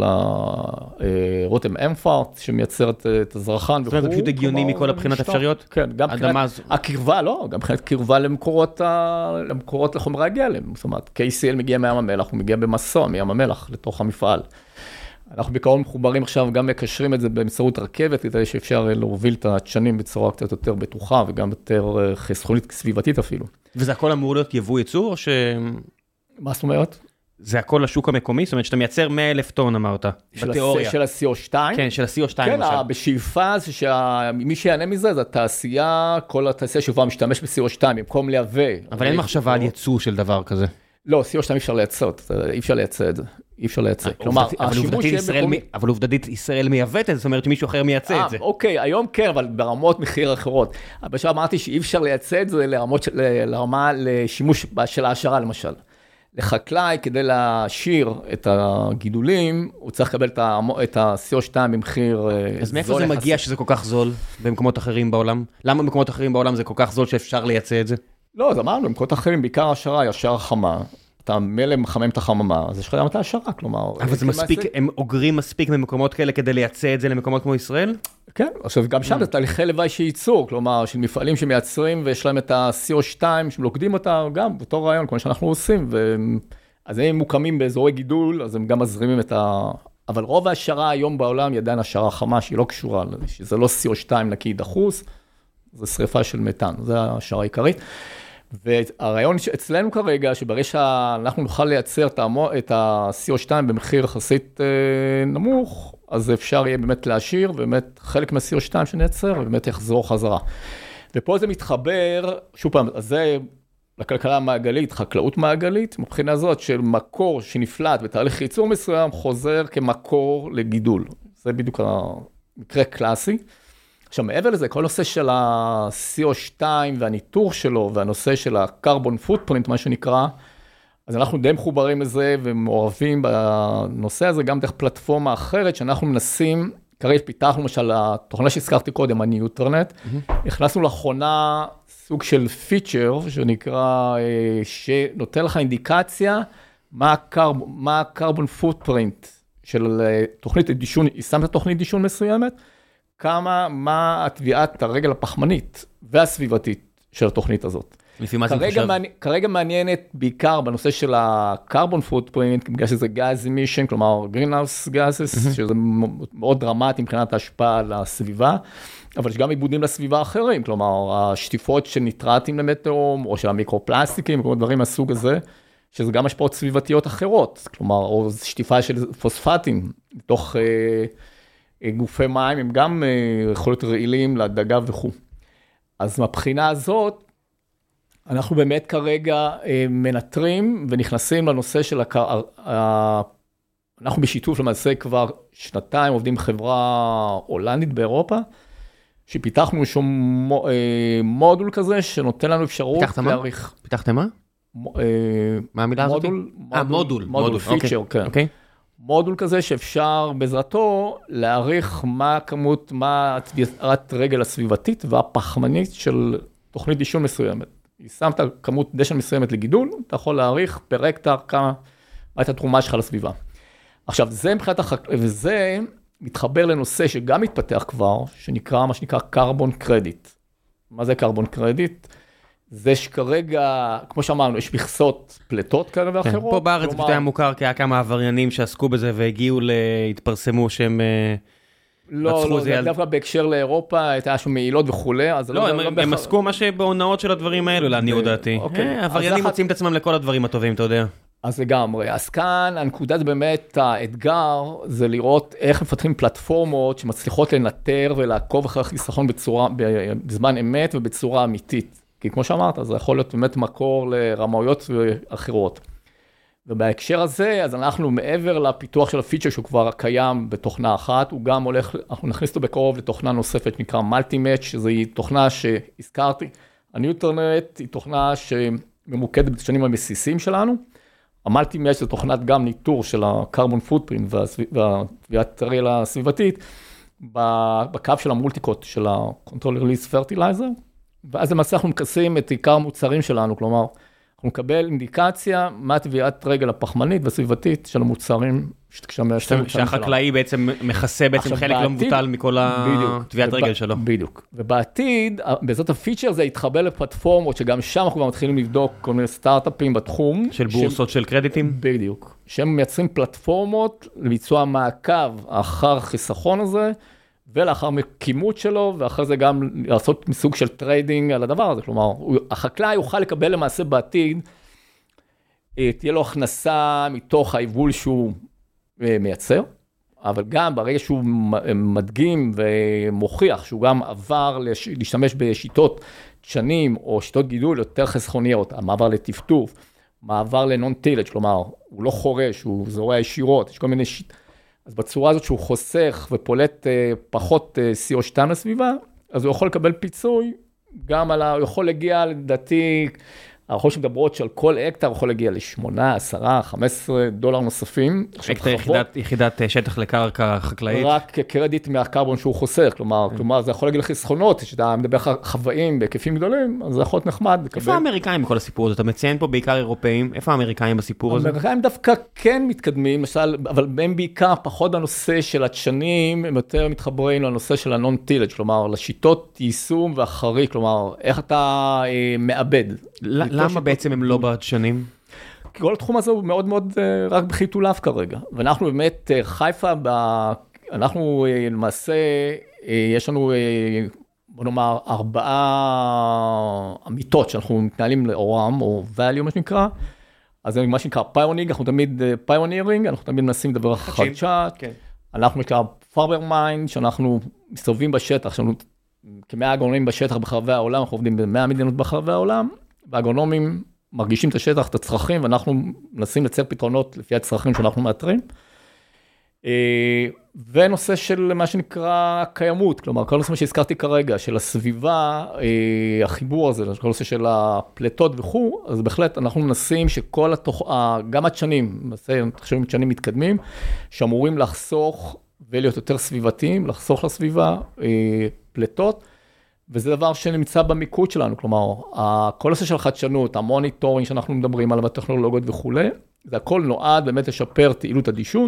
רותם אמפרט, שמייצרת את הזרחן וכו'. זאת אומרת, זה פשוט הגיוני מכל הבחינות אפשריות? כן, גם מבחינת הקרבה, לא, גם מבחינת קרבה למקורות לחומרי הגלם. זאת אומרת, קי סי אל מגיע מים המלח, הוא מגיע במסוע מים המלח לתוך המפעל. אנחנו בעיקרון מחוברים עכשיו, גם מקשרים את זה באמצעות רכבת, כדי שאפשר להוביל את הדשנים בצורה קצת יותר בטוחה, וגם יותר חסכונית סביבתית אפילו. וזה הכל אמור להיות יבוא ייצור, או ש... מה זאת אומרת? זה הכל לשוק המקומי? זאת אומרת שאתה מייצר מאה אלף טון, אמרת, בתיאוריה. של ה-סי או שתיים? כן, של ה-סי או שתיים. כן, בשאיפה זה שמי שיענה מזה, זה התעשייה, כל התעשייה שבה משתמש ב-סי או שתיים, במקום לייבא. אבל אין מחשבה על ייצוא של דבר כזה. לא, סי או שתיים אי אפשר לייצא, אי אפשר לייצא את זה. אי אפשר לייצא. כלומר, אבל עובדתית ישראל מייבאת את זה, זאת אומרת שמישהו אחר מייצא את זה. אוקיי, היום כן, אבל ברמות מחיר אחרות. אבל עכשיו אמרתי שאי אפשר לייצא את זה לרמה לשימוש של העשרה למשל. לחקלאי, כדי להשאיר את הגידולים, הוא צריך לקבל את ה-סי או שתיים במחיר זול. אז מאיפה זה מגיע שזה כל כך זול במקומות אחרים בעולם? למה במקומות אחרים בעולם זה כל כך זול שאפשר לייצא את זה? לא, אז אמרנו, במקומות אחרים, בעיקר השערה, היא השערה חמה. אתה מלא מחמם את החממה, אז יש לך גם את השערה, כלומר... אבל זה מספיק, הם אוגרים מספיק ממקומות כאלה כדי לייצא את זה למקומות כמו ישראל? כן, עכשיו גם שם זה תהליכי לוואי שייצור, כלומר, של מפעלים שמייצרים ויש להם את ה-סי או שתיים, שמלוקדים אותה גם, באותו רעיון, כמו שאנחנו עושים, אז הם מוקמים באזורי גידול, אז הם גם מזרימים את ה... אבל רוב השערה היום בעולם היא עדיין השערה חמה, שהיא לא קשורה, שזה לא סי או שתיים נקי דחוס, זה שריפה של מתאן, זה השערה העיקרית. והרעיון אצלנו כרגע, שברגע שאנחנו נוכל לייצר את ה-סי או שתיים במחיר יחסית נמוך, אז אפשר יהיה באמת להשאיר, ובאמת חלק מה-סי או שתיים שנייצר, ובאמת יחזור חזרה. ופה זה מתחבר, שוב פעם, אז זה לכלכלה המעגלית, חקלאות מעגלית, מבחינה זאת של מקור שנפלט בתהליך ייצור מסוים, חוזר כמקור לגידול. זה בדיוק המקרה קלאסי. עכשיו, מעבר לזה, כל נושא של ה-סי או שתיים והניתור שלו, והנושא של ה-carbon footprint, מה שנקרא, אז אנחנו די מחוברים לזה ומעורבים בנושא הזה, גם דרך פלטפורמה אחרת, שאנחנו מנסים, כרגע פיתחנו למשל, התוכנה שהזכרתי קודם, הניוטרנט, mm-hmm. הכנסנו לאחרונה סוג של פיצ'ר, שנקרא, שנותן לך אינדיקציה, מה ה-carbon footprint של תוכנית דישון, היא שמת תוכנית דישון מסוימת, כמה, מה התביעת הרגל הפחמנית והסביבתית של התוכנית הזאת. לפי מה זה חושב? כרגע מעניינת בעיקר בנושא של ה-carbon footprint, בגלל שזה גז emission, כלומר greenhouse gases, שזה מאוד דרמטי מבחינת ההשפעה על הסביבה, אבל יש גם עיבודים לסביבה אחרים, כלומר, השטיפות של ניטרטים למטאום, או של המיקרופלסטיקים, כל דברים מהסוג הזה, שזה גם השפעות סביבתיות אחרות, כלומר, או שטיפה של פוספטים, בתוך... גופי מים הם גם יכול להיות רעילים לדגה וכו'. אז מהבחינה הזאת, אנחנו באמת כרגע מנטרים ונכנסים לנושא של, הק... אנחנו בשיתוף למעשה כבר שנתיים עובדים חברה הולנדית באירופה, שפיתחנו שום מודול כזה שנותן לנו אפשרות להעריך. פיתחתם מה? מה המילה הזאת? מודול, מודול, פיצ'ר, כן. אוקיי. מודול כזה שאפשר בעזרתו להעריך מה הכמות, מה התביעת רגל הסביבתית והפחמנית של תוכנית דישון מסוימת. היא שמת כמות דשן מסוימת לגידול, אתה יכול להעריך פר הקטר כמה, מה את התרומה שלך לסביבה. עכשיו, זה מבחינת החק... וזה מתחבר לנושא שגם מתפתח כבר, שנקרא, מה שנקרא carbon credit. מה זה carbon credit? זה שכרגע, כמו שאמרנו, יש מכסות פלטות כאלה ואחרות. פה בארץ פשוט היה מוכר כי היה כמה עבריינים שעסקו בזה והגיעו להתפרסמו שהם... לא, לא, זה דווקא בהקשר לאירופה, הייתה שם מעילות וכולי, אז לא, הם עסקו מה שבהונאות של הדברים האלו, לעניות דעתי. עבריינים מוצאים את עצמם לכל הדברים הטובים, אתה יודע. אז לגמרי. אז כאן, הנקודה זה באמת, האתגר, זה לראות איך מפתחים פלטפורמות שמצליחות לנטר ולעקוב אחרי חיסכון בצורה, בזמן אמת ובצורה אמיתית. כי כמו שאמרת, זה יכול להיות באמת מקור לרמאויות אחרות. ובהקשר הזה, אז אנחנו מעבר לפיתוח של הפיצ'ר שהוא כבר קיים בתוכנה אחת, הוא גם הולך, אנחנו נכניס אותו בקרוב לתוכנה נוספת, נקרא מולטי-מאץ', שזו תוכנה שהזכרתי. הניוטרנט היא תוכנה שממוקדת בשנים המסיסים שלנו. המולטי-מאץ' זו תוכנת גם ניטור של ה-carbon footprint והתביעת הרגל הסביבתית, בקו של המולטיקוט, של ה-Control Release Fertilizer, ואז למעשה אנחנו מכסים את עיקר המוצרים שלנו, כלומר, אנחנו נקבל אינדיקציה מה טביעת רגל הפחמנית והסביבתית של המוצרים שתשמש. שהחקלאי בעצם מכסה בעצם חלק לא מבוטל מכל הטביעת רגל שלו. בדיוק. ובעתיד, בעזרת הפיצ'ר זה יתחבר לפלטפורמות, שגם שם אנחנו כבר מתחילים לבדוק כל מיני סטארט-אפים בתחום. של בורסות של קרדיטים? בדיוק. שהם מייצרים פלטפורמות לביצוע מעקב אחר החיסכון הזה, ולאחר מקימות שלו, ואחרי זה גם לעשות מסוג של טריידינג על הדבר הזה. כלומר, החקלאי יוכל לקבל למעשה בעתיד, תהיה לו הכנסה מתוך היבול שהוא מייצר, אבל גם ברגע שהוא מדגים ומוכיח שהוא גם עבר להשתמש בשיטות דשנים או שיטות גידול יותר חסכוניות, המעבר לטפטוף, מעבר לנון-טילג', כלומר, הוא לא חורש, הוא זורע ישירות, יש כל מיני שיטות, אז בצורה הזאת שהוא חוסך ופולט פחות סי או שתיים לסביבה, אז הוא יכול לקבל פיצוי, גם על ה... הוא יכול להגיע לדעתי, הערכות שמדברות שעל כל אקטר יכול להגיע ל-שמונה, עשרה, חמש עשרה דולר נוספים. אקטר יחידת, יחידת שטח לקרקע חקלאית? רק קרדיט מהקרבון שהוא חוסך, כלומר, okay. כלומר זה יכול להגיד לחסכונות, שאתה מדבר חוואים בהיקפים גדולים, אז זה יכול להיות נחמד. איפה האמריקאים בכל הסיפור הזה? אתה מציין פה בעיקר אירופאים, איפה האמריקאים בסיפור הזה? האמריקאים דווקא כן מתקדמים, משל, אבל הם בעיקר פחות בנושא של הדשנים, הם יותר מתחברים לנושא של הנון-טילג', כלומר, לשיטות יישום והחריק, כלומר, איך אתה אה, מאבד. למה בעצם הם לא בדשנים? כי כל התחום הזה הוא מאוד מאוד רק בחיתוליו כרגע. ואנחנו באמת, חיפה, אנחנו למעשה, יש לנו, בוא נאמר, ארבעה אמיתות שאנחנו מתנהלים לאורם, או value מה שנקרא. אז זה מה שנקרא פיונינג, אנחנו תמיד פיונירינג, אנחנו תמיד מנסים לדבר חדשת. אנחנו נקרא farmer mind, שאנחנו מסתובבים בשטח, יש לנו כמאה אגרונומים בשטח ברחבי העולם, אנחנו עובדים במאה מדינות ברחבי העולם. והאגרונומים מרגישים את השטח, את הצרכים, ואנחנו מנסים לצייר פתרונות לפי הצרכים שאנחנו מאתרים. ונושא של מה שנקרא קיימות, כלומר, כל נושא שהזכרתי כרגע, של הסביבה, החיבור הזה, כל נושא של הפלטות וכו', אז בהחלט אנחנו מנסים שכל התוך, גם הדשנים, למעשה, תחשבים דשנים מתקדמים, שאמורים לחסוך ולהיות יותר סביבתיים, לחסוך לסביבה, פלטות, וזה דבר שנמצא במיקוד שלנו, כלומר, כל נושא של חדשנות, המוניטורינג שאנחנו מדברים עליו, הטכנולוגיות וכו', זה הכל נועד באמת לשפר תעילות הדישון,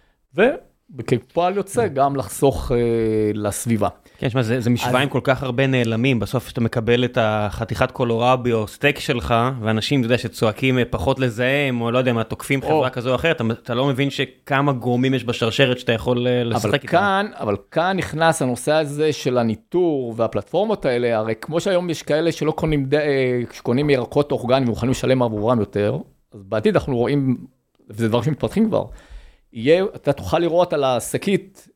וכפועל יוצא גם לחסוך אה, לסביבה. כן, שמה, זה, זה משוואה עם כל כך הרבה נעלמים, בסוף שאתה מקבל את החתיכת קולורבי או סטייק שלך, ואנשים, אתה יודע, שצועקים פחות לזהם, או לא יודע, מה תוקפים או... חברה כזו או אחרת, אתה, אתה לא מבין שכמה גורמים יש בשרשרת שאתה יכול לשחק איתם. כאן, אבל כאן נכנס הנושא הזה של הניטור והפלטפורמות האלה, הרי כמו שהיום יש כאלה שלא קונים, שקונים ירקות אורגניים ומוכנים לשלם עבורם יותר, אז בעתיד אנחנו רואים, וזה דבר שמתפתחים כבר, יהיה, אתה תוכל לראות על השקית,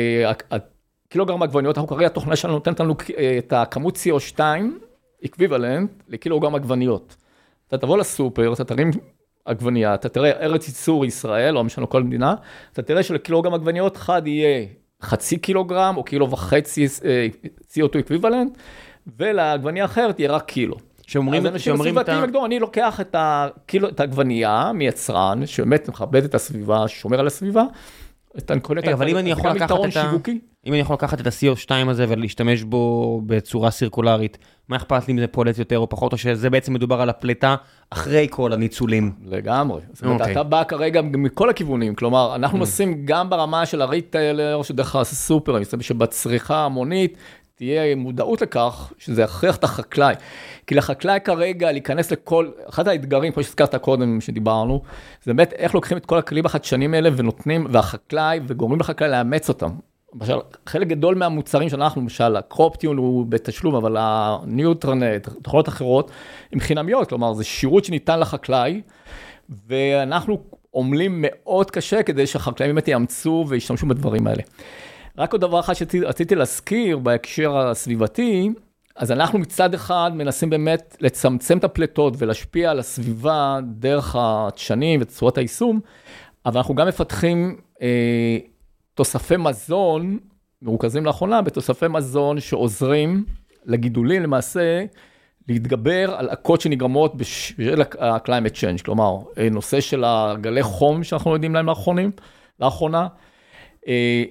קילוגרם עגבניות, אנחנו כרגע התוכנה שלנו נותנת לנו את הכמות סי או שתיים, אקוויוולנט, לקילוגרם עגבניות. אתה תבוא לסופר, אתה תרים עגבנייה, אתה תראה ארץ ייצור ישראל, או משנו כל מדינה, אתה תראה שלקילוגרם עגבניות אחד יהיה חצי קילוגרם, או קילו וחצי סי או טו אקוויוולנט, ולעגבנייה אחרת יהיה רק קילו. שאומרים, אז אנשים הסביבתיים הגדול, אני לוקח את, הקילו, את העגבנייה מיצרן, שבאמת מכבד את הסביבה, שומר על הסביבה, את הנקולת, אבל אם אני יכול לקחת את ה... אם אני יכול לקחת את ה-סי או שתיים הזה ולהשתמש בו בצורה סירקולרית, מה אכפת לי אם זה פולט יותר או פחות, או שזה בעצם מדובר על הפלטה אחרי כל הניצולים? לגמרי. זאת אומרת, אתה בא כרגע מכל הכיוונים, כלומר, אנחנו נוסעים גם ברמה של הריטיילר, שדרך הסופר, שבצריכה המונית, תהיה מודעות לכך שזה הכרח את החקלאי. כי לחקלאי כרגע להיכנס לכל, אחד האתגרים, כמו שהזכרת קודם שדיברנו, זה באמת איך לוקחים את כל הכלים החדשנים האלה ונותנים, והחקלאי, וגורמים לחקלאי לאמץ אותם. למשל, חלק גדול מהמוצרים שאנחנו, למשל, הקרופטיון הוא בתשלום, אבל הניוטרנט, תוכנות אחרות, הן חינמיות, כלומר, זה שירות שניתן לחקלאי, ואנחנו עומלים מאוד קשה כדי שהחקלאים באמת יאמצו וישתמשו בדברים האלה. רק עוד דבר אחד שרציתי להזכיר בהקשר הסביבתי, אז אנחנו מצד אחד מנסים באמת לצמצם את הפלטות ולהשפיע על הסביבה דרך הדשנים וצורת היישום, אבל אנחנו גם מפתחים אה, תוספי מזון, מרוכזים לאחרונה, בתוספי מזון שעוזרים לגידולים למעשה להתגבר על עקות שנגרמות בשביל ה-climate change, כלומר, נושא של הגלי חום שאנחנו יודעים להם לאחרונים, לאחרונה, אה,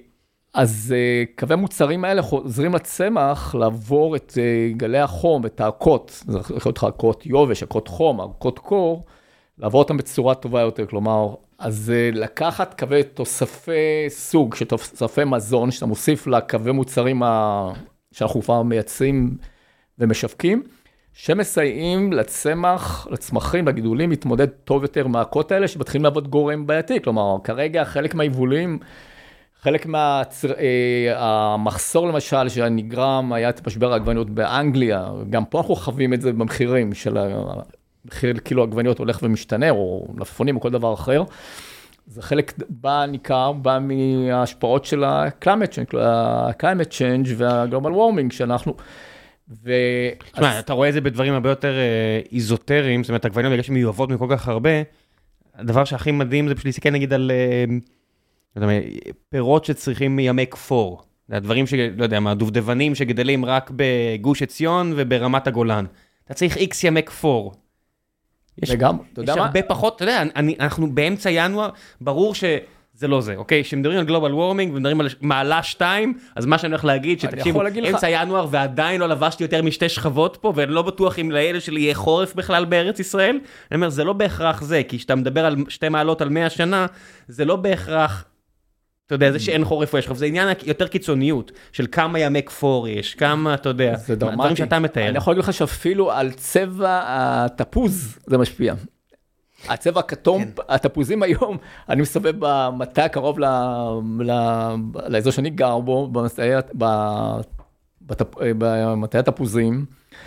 אז קווי מוצרים האלה חוזרים לצמח לעבור את גלי החום, את העקות, זה יכול להיות עקות יובש, עקות חום, עקות קור, לעבור אותם בצורה טובה יותר, כלומר, אז לקחת קווי תוספי סוג, תוספי מזון, שאתה מוסיף לקווי מוצרים שאנחנו כבר מייצאים ומשווקים, שמסייעים לצמח, לצמחים, לגידולים, להתמודד טוב יותר מהעקות האלה, שמתחילים לעבוד גורם בעייתי, כלומר, כרגע חלק מהיבולים, חלק מהמחסור למשל שנגרם, היה את משבר העגבניות באנגליה, גם פה אנחנו חווים את זה במחירים של המחיר קילו עגבניות הולך ומשתנה, או מלפפונים או כל דבר אחר. זה חלק בא ניכר, בא מההשפעות של ה-climate change, ה-climate change וה-global warming שאנחנו... תשמע, אתה רואה את זה בדברים הרבה יותר איזוטריים, זאת אומרת, העגבניות בגלל שהן מיובאות מכל כך הרבה, הדבר שהכי מדהים זה פשוט להסתכל נגיד על... פירות שצריכים מימי כפור, זה הדברים שלא יודע מה, דובדבנים שגדלים רק בגוש עציון וברמת הגולן. אתה צריך איקס ימי כפור. יש, וגם, יש הרבה פחות, אתה יודע, אני, אנחנו באמצע ינואר, ברור שזה לא זה, אוקיי? כשמדברים על גלובל וורמינג ומדברים על מעלה שתיים, אז מה שאני הולך להגיד, שתקשיבו, אמצע ינואר ועדיין לא לבשתי יותר משתי שכבות פה, ואני לא בטוח אם לילד שלי יהיה חורף בכלל בארץ ישראל. אני אומר, זה לא בהכרח זה, כי כשאתה מדבר על שתי מעלות על מאה שנה, זה לא בהכרח אתה יודע, זה שאין חורף או יש חורף, זה עניין יותר קיצוניות, של כמה ימי כפור יש, כמה, אתה יודע, דברים שאתה מתאר. אני יכול להגיד לך שאפילו על צבע התפוז זה משפיע. הצבע הכתום, התפוזים היום, אני מסתובב במטע הקרוב לאזור שאני גר בו, במטע התפוזים,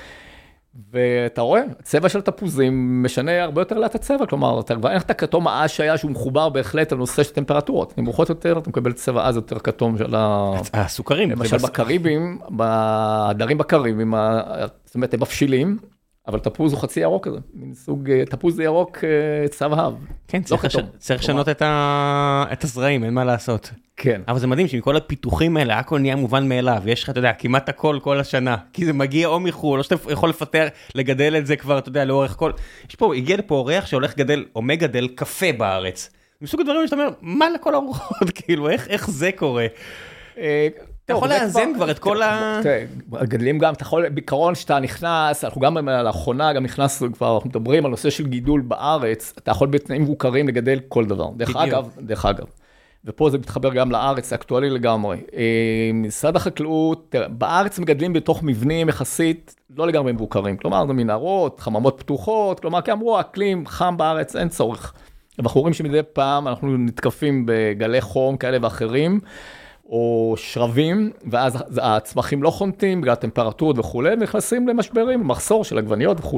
ואתה רואה, הצבע של התפוזים משנה הרבה יותר לאט הצבע, כלומר, אתה כבר אין לך את הכתום האש שהיה שהוא מחובר בהחלט על נושא של טמפרטורות, נמוכות יותר, אתה מקבל צבע אז יותר כתום של הסוכרים. למשל בקריבים, בעדרים בקריבים, זאת אומרת, הם מבשילים, אבל תפוז הוא חצי ירוק כזה, מין סוג, תפוז זה ירוק צהוב. כן, צריך לשנות את הזרעים, אין מה לעשות. כן. אבל זה מדהים שמכל הפיתוחים האלה, הכל נהיה מובן מאליו, יש לך, אתה יודע, כמעט הכל כל השנה, כי זה מגיע או מחול, או שאתה יכול לפתר, לגדל את זה כבר, אתה יודע, לאורך כל... יש פה, הגיע לפה אורח שהולך גדל, או מגדל קפה בארץ. מסוג הדברים שאתה אומר, מה לכל הרוחות, כאילו, איך זה קורה? אתה יכול לאזן כבר את כל ה... גדלים גם, אתה יכול, בעיקרון שאתה נכנס, אנחנו גם לאחרונה, גם נכנסנו כבר, אנחנו מדברים על נושא של גידול בארץ, אתה יכול בתנאים מבוקרים לגדל כל דבר. דרך אגב, דרך אגב. ופה זה מתחבר גם לארץ, זה אקטואלי לגמרי. משרד החקלאות, בארץ מגדלים בתוך מבנים יחסית, לא לגמרי מבוקרים. כלומר, זה מנהרות, חממות פתוחות, כלומר, כי אמרו, אקלים חם בארץ, אין צורך. ואנחנו רואים שמדי פעם אנחנו נתקפים בגלי חום כאלה ואחרים, או שרבים, ואז הצמחים לא חונטים, בגלל טמפרטורות וכו', ונכנסים למשברים, מחסור של עגבניות וכו'.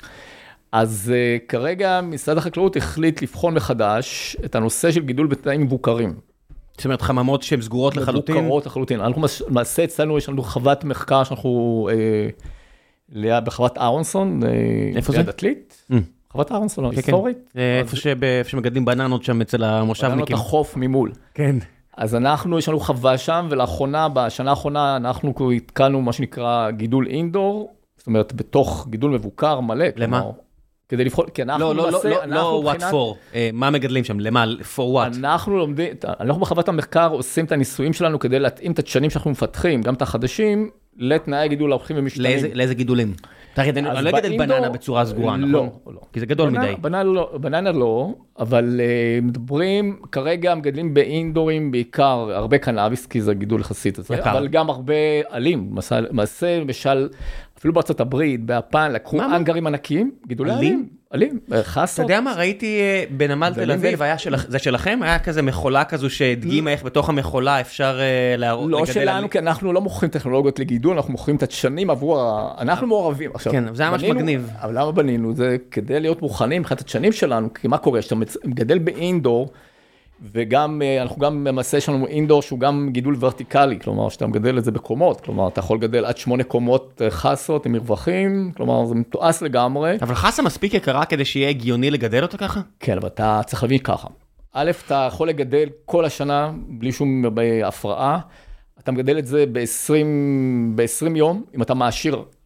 אז uh, כרגע משרד החקלאות החליט לבחון מחדש את הנושא של גידול בתנאים מבוקרים. זאת אומרת, חממות שהן סגורות לחלוטין? מבוקרות לחלוטין. אנחנו למעשה אצלנו, יש לנו חוות מחקר שאנחנו, אה, ליד בחוות אהרונסון, איפה זה? ליד עתלית. Mm. חוות אהרונסון, היסטורית. איפה שמגדלים בננות שם אצל המושבניקים. בננות החוף ממול. כן. אז אנחנו, יש לנו חווה שם, ולאחרונה, בשנה האחרונה, אנחנו התקלנו מה שנקרא גידול אינדור, זאת אומרת, בתוך גידול מבוקר מלא. למה? כדי לבחון, כי אנחנו לא, לא, לא, לא, what for, מה מגדלים שם, למה, for what? אנחנו לומדים, אנחנו בחוות המחקר עושים את הניסויים שלנו כדי להתאים את התשנים שאנחנו מפתחים, גם את החדשים, לתנאי גידול ההולכים ומשתנים. לאיזה גידולים? אני לא אגדל בננה בצורה סגורה, נכון? לא, לא. כי זה גדול מדי. בננה לא, אבל מדברים, כרגע מגדלים באינדורים בעיקר, הרבה קנאביס, כי זה גידול יחסית הזה, אבל גם הרבה עלים, מעשה, למשל, אפילו בארצות הברית, ביפן, לקחו אנגרים ענקיים, גידולי עלים, עלים, חסות. אתה יודע מה, ראיתי בנמל תל אביב, זה שלכם? היה כזה מכולה כזו שהדגימה איך בתוך המכולה אפשר לגדל... לא שלנו, כי אנחנו לא מוכרים טכנולוגיות לגידול, אנחנו מוכרים את התשנים עבור, אנחנו מעורבים. כן, זה היה ממש מגניב. אבל למה בנינו? זה כדי להיות מוכנים, מבחינת התשנים שלנו, כי מה קורה? שאתה מגדל באינדור, וגם, אנחנו גם במעשה יש לנו אינדור שהוא גם גידול ורטיקלי, כלומר, שאתה מגדל את זה בקומות, כלומר, אתה יכול לגדל עד שמונה קומות חסות עם מרווחים, כלומר, זה מתועס לגמרי. אבל חסה מספיק יקרה כדי שיהיה הגיוני לגדל אותה ככה? כן, אבל אתה צריך להבין ככה. א', אתה יכול לגדל כל השנה, בלי שום הפרעה, אתה מגדל את זה ב-עשרים יום, אם אתה מעשיר,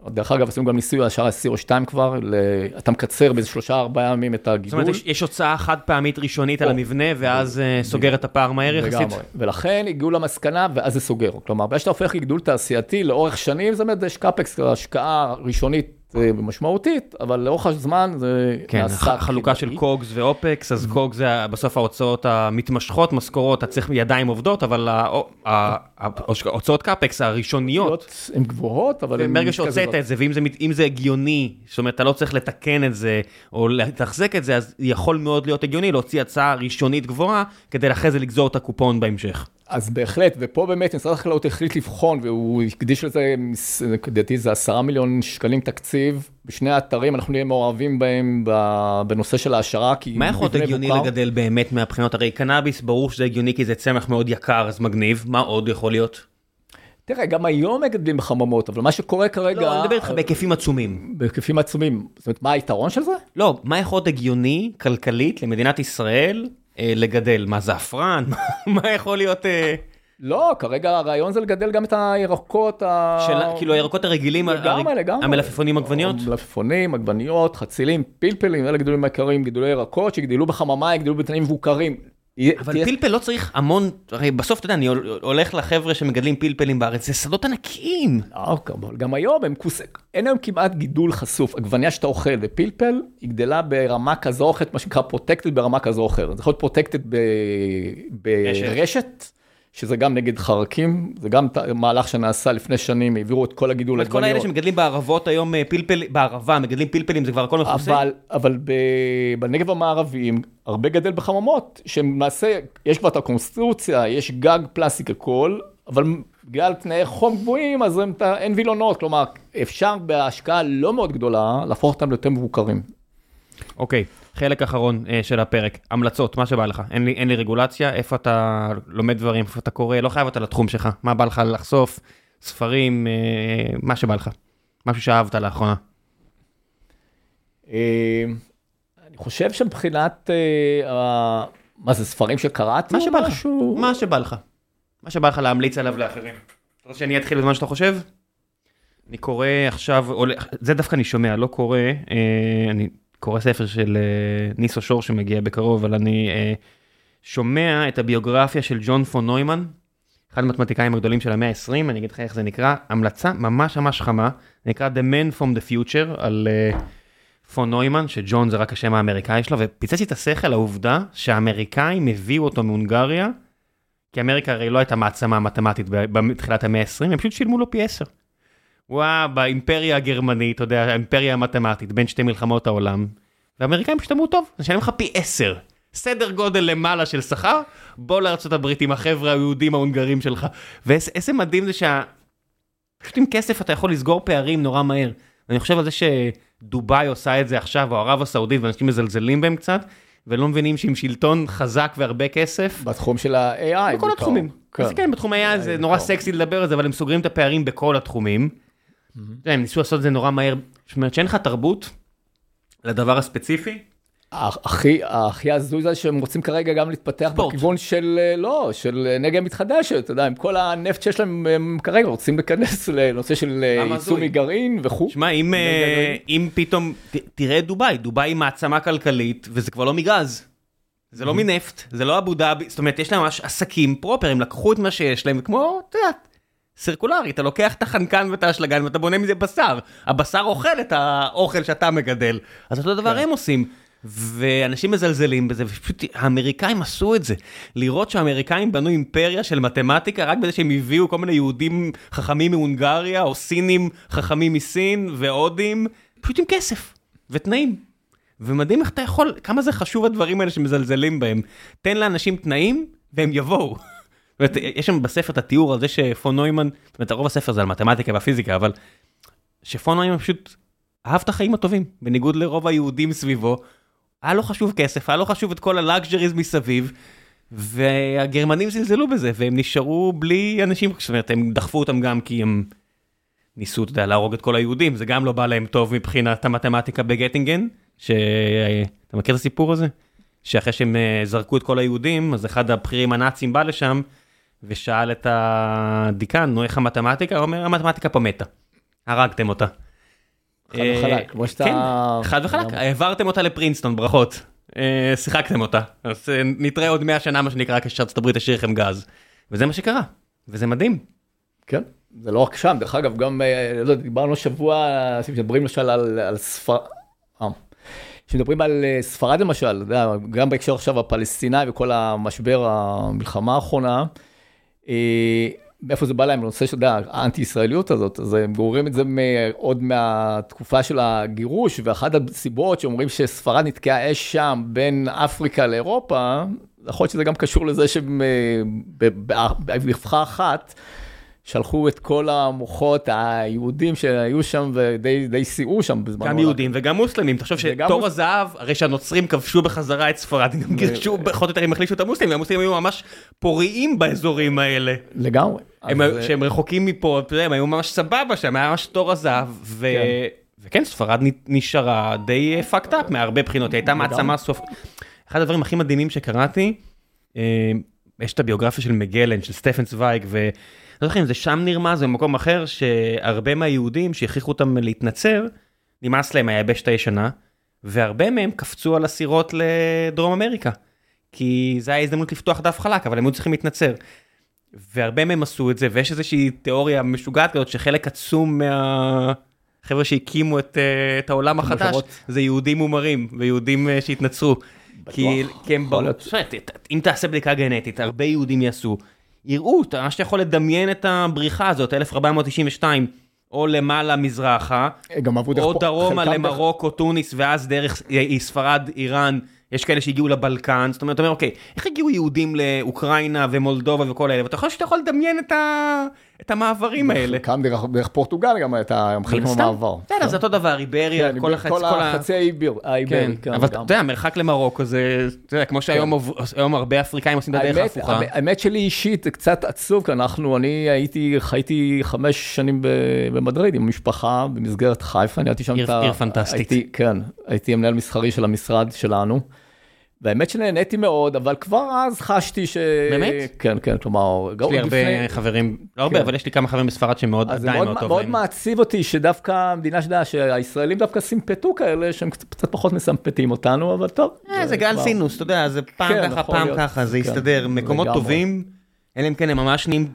דרך אגב, עשינו גם ניסוי על השער ה-סי או שתיים כבר, אתה מקצר באיזה שלושה, ארבעה ימים את הגידול. זאת אומרת, יש הוצאה חד פעמית ראשונית על המבנה, ואז סוגר את הפער מהר יחסית. ולכן הגיעו למסקנה, ואז זה סוגר. כלומר, בגלל שאתה הופך לגידול תעשייתי לאורך שנים, זה באמת, יש קאפקס, השקעה ראשונית משמעותית, אבל לאורך הזמן זה נעשה... כן, חלוקה של קוגס ואופקס, אז קוגס זה בסוף ההוצאות המתמשכות, משכורות, אתה צריך ידיים עובדות, אבל ההוצאות קאפקס הראשוניות... הן גבוהות, אבל... ברגע שהוצאת את זה, ואם זה הגיוני, זאת אומרת, אתה לא צריך לתקן את זה, או לתחזק את זה, אז יכול מאוד להיות הגיוני, להוציא הצעה ראשונית גבוהה, כדי לאחרי זה לגזור את הקופון בהמשך. אז בהחלט, ופה באמת משרד החקלאות החליט לבחון, והוא הקדיש לזה, כדעתי זה עשרה מיליון שקלים תקציב, בשני האתרים אנחנו נהיה מעורבים בהם בנושא של ההשערה. מה יכול להיות הגיוני לגדל באמת מהבחינות? הרי קנאביס ברור שזה הגיוני כי זה צמח מאוד יקר, אז מגניב, מה עוד יכול להיות? תראה, גם היום מגדלים בחממות, אבל מה שקורה כרגע... לא, אני מדבר איתך בהיקפים עצומים. בהיקפים עצומים. זאת אומרת, מה היתרון של זה? לא, מה יכול להיות הגיוני, כלכלית, למדינת ישראל, לגדל? מה זה אפרן? מה יכול להיות... לא, כרגע הרעיון זה לגדל גם את הירקות... כאילו הירקות הרגילים, המלפפונים, עגבניות? מלפפונים, עגבניות, חצילים, פלפלים, אלה גידולים העיקריים, גידולי ירקות שגידלו בחממה, יגדלו בתנאים מבוקרים. אבל פלפל לא צריך המון, הרי בסוף אתה יודע, אני הולך לחבר'ה שמגדלים פלפלים בארץ, זה שדות ענקיים. גם היום הם כוסק, אין היום כמעט גידול חשוף, עגבניה שאתה אוכל ופלפל, היא גדלה ברמה כזו או אחרת, מה שנקרא פרוטקטד ברמה כזו או אחרת. זה יכול להיות פרוטקטד ברשת, שזה גם נגד חרקים, זה גם מהלך שנעשה לפני שנים, העבירו את כל הגידול עגבניות. כל האלה שמגדלים בערבות היום, פלפל, בערבה, מגדלים פלפלים, זה כבר הכל מכוסה. אבל, אבל בנגב המערביים, הרבה גדל בחממות, שמעשה, יש כבר את הקונסטרוציה, יש גג פלסטיק הכל, אבל בגלל תנאי חום גבוהים, אז אין וילונות, כלומר, אפשר בהשקעה לא מאוד גדולה, להפוך אותם ליותר מבוקרים. אוקיי, חלק אחרון של הפרק, המלצות, מה שבא לך? אין לי, אין לי רגולציה, איפה אתה לומד דברים, איפה אתה קורא, לא חייב אותה לתחום שלך, מה בא לך לחשוף, ספרים, מה שבא לך, משהו שאהבת לאחרונה. אני חושב שמבחינת, מה זה, ספרים שקראתי? מה שבא לך, מה שבא לך, מה שבא לך להמליץ עליו לאחרים. אתה רוצה שאני אתחיל בזמן שאתה חושב? אני קורא עכשיו, זה דווקא אני שומע, לא קורא, אני... קורא ספר של ניסו שור שמגיע בקרוב, אבל אני שומע את הביוגרפיה של ג'ון פון נוימן, אחד המתמטיקאים הגדולים של המאה ה-עשרים, אני אגיד לך איך זה נקרא, המלצה ממש ממש חמה, נקרא The Man from the Future, על פון נוימן, שג'ון זה רק השם האמריקאי שלו, ופיצצתי את השכל העובדה שהאמריקאים הביאו אותו מהונגריה, כי אמריקה הרי לא הייתה מעצמה מתמטית בתחילת המאה ה-עשרים, הם פשוט שילמו לו פי עשר. וואה, באימפריה הגרמנית, אתה יודע, האימפריה המתמטית, בין שתי מלחמות העולם, והאמריקאים פשוט אמרו, טוב, נשלם לך פי עשר, סדר גודל למעלה של שכר, בוא לארצות הברית עם החבר'ה היהודים ההונגרים שלך, ואיזה מדהים זה שה... פשוט עם כסף אתה יכול לסגור פערים נורא מהר, ואני חושב על זה שדובאי עושה את זה עכשיו, או ערב הסעודית, ואנשים מזלזלים בהם קצת, ולא מבינים שעם שלטון חזק והרבה כסף. בתחום של ה-איי איי. בכל התחומים. אז כן, בתחום ה-איי איי זה נורא סקסי לדבר על זה, אבל הם סוגרים את הפערים בכל התחומים. הם ניסו לעשות את זה נורא מהר. זאת אומרת, שאין לך תרבות לדבר הספציפי? הכי הזוי זה שהם רוצים כרגע גם להתפתח בכיוון של, לא, של אנרגיה מתחדשת, אתה יודע, עם כל הנפט שיש להם, הם כרגע רוצים להיכנס לנושא של ייצוא מגרעין וכו'. שמע, אם פתאום, תראה דובאי, דובאי היא מעצמה כלכלית, וזה כבר לא מגז. זה לא מנפט, זה לא אבו דאבי, זאת אומרת, יש להם ממש עסקים פרופר, הם לקחו את מה שיש להם, כמו, אתה יודע, סירקולרי, אתה לוקח את החנקן ואת האשלגן, ואתה בונה מזה בשר. הבשר אוכל את האוכל שאתה מגדל. אז אותו דבר הם עושים. ואנשים מזלזלים בזה, ופשוט האמריקאים עשו את זה. לראות שהאמריקאים בנו אימפריה של מתמטיקה, רק בזה שהם הביאו כל מיני יהודים חכמים מהונגריה, או סינים חכמים מסין, והודים, פשוט עם כסף ותנאים. ומדהים איך אתה יכול, כמה זה חשוב הדברים האלה שמזלזלים בהם. תן לאנשים תנאים, והם יבואו. יש שם בספר את התיאור על זה שפון נוימן, זאת אומרת, רוב הספר זה על מתמטיקה והפיזיקה, אבל שפון נוימן פשוט אהב את החיים הטובים, בניגוד לרוב היהודים סביבו, היה לו חשוב כסף, היה לו חשוב את כל הלאגז'ריז מסביב, והגרמנים זלזלו בזה, והם נשארו בלי אנשים, זאת אומרת, הם דחפו אותם גם כי הם ניסו, אתה יודע, להרוג את כל היהודים, זה גם לא בא להם טוב מבחינת המתמטיקה בגטינגן, שאתה מכיר את הסיפור הזה? שאחרי שהם זרקו את כל היהודים, אז אחד הבכירים הנאצים בא לשם, ושאל את הדיקן, נו, איך המתמטיקה? הוא אומר, המתמטיקה פה מתה. הרגתם אותה. חד וחלק, כמו שאתה... כן, חד וחלק, העברתם אותה לפרינסטון, ברכות. שיחקתם אותה, אז נתראה עוד מאה שנה מה שנקרא כשארצות הברית תשאיר לכם גז, וזה מה שקרה, וזה מדהים. כן, זה לא רק שם, דרך אגב, גם, לא, דיברנו שבוע, שמדברים למשל על, על ספרד, שמדברים על ספרד למשל, גם בהקשר עכשיו הפלסטיני וכל המשבר, המלחמה האחרונה, מאיפה זה בא להם, בנושא של האנטי-ישראליות הזאת, אז הם גוררים את זה עוד מהתקופה של הגירוש, ואחת הסיבות שאומרים שספרד נתקעה אש שם בין אפריקה לאירופה, יכול להיות שזה גם קשור לזה שבבחרה אחת, שלחו את כל המוחות היהודים שהיו שם ודי סייעו שם בזמן. גם יהודים וגם מוסלמים. תחשוב שתור הזהב, הרי שהנוצרים כבשו בחזרה את ספרד, גם גירשו, פחות או יותר הם החלישו את המוסלמים, והמוסלמים היו ממש פוריים באזורים האלה. לגמרי. שהם רחוקים מפה, הם היו ממש סבבה שם, היה ממש תור הזהב, וכן, ספרד נשארה די fucked up מהרבה בחינות, היא הייתה מעצמה סוף. אחד הדברים הכי מדהימים שקראתי, יש את הביוגרפיה של מגלן, של סטפן צוויג, ו... לא זוכרים, זה שם נרמז, זה במקום אחר, שהרבה מהיהודים שהכריחו אותם להתנצר, נמאס להם היבשת הישנה, והרבה מהם קפצו על הסירות לדרום אמריקה, כי זה היה הזדמנות לפתוח דף חלק, אבל הם היו צריכים להתנצר. והרבה מהם עשו את זה, ויש איזושהי תיאוריה משוגעת כזאת, שחלק עצום מהחבר'ה שהקימו את, את העולם החדש, זה יהודים מומרים, ויהודים שהתנצרו. כי, כי הם ברור, אם תעשה בדיקה גנטית, הרבה יהודים יעשו, יראו, מה שאתה יכול לדמיין את הבריחה הזאת, אלף ארבע מאות תשעים ושתיים, או למעלה מזרחה, או דרומה למרוקו, טוניס, ואז דרך ספרד, איראן, יש כאלה שהגיעו לבלקן, זאת אומרת, אתה אומר, אוקיי, איך הגיעו יהודים לאוקראינה ומולדובה וכל האלה, ואתה חושב שאתה יכול לדמיין את, ה... את המעברים האלה. כאן דרך, דרך פורטוגל גם הייתה חלק מהמעבר. בסדר, זה אותו דבר, איבריה, כן, כל, החצ... כל החצי האיבר, האיברי. כן, אבל אתה יודע, מרחק למרוקו זה, אתה יודע, כמו שהיום כן. הרבה אפריקאים עושים את הדרך ההפוכה. האמת שלי אישית, זה קצת עצוב, כי אנחנו, אני הייתי, חייתי חמש שנים במדריד עם משפחה, במסגרת חיפה, אני הייתי שם עיר, עיר פנטסטית. הייתי, כן, הייתי המנהל מסחרי של המשרד שלנו. והאמת שנהניתי מאוד, אבל כבר אז חשתי ש... באמת? כן, כן, כלומר... יש לי הרבה חברים, לא הרבה, אבל יש לי כמה חברים בספרד שמאוד עדיין מאוד טובים. מאוד מעציב אותי שדווקא המדינה שדעה שהישראלים דווקא סימפטו כאלה, שהם קצת פחות מסמפטים אותנו, אבל טוב. זה גל סינוס, אתה יודע, זה פעם ככה, פעם ככה, זה יסתדר. מקומות טובים, אלה אם כן, הם ממש נהיים,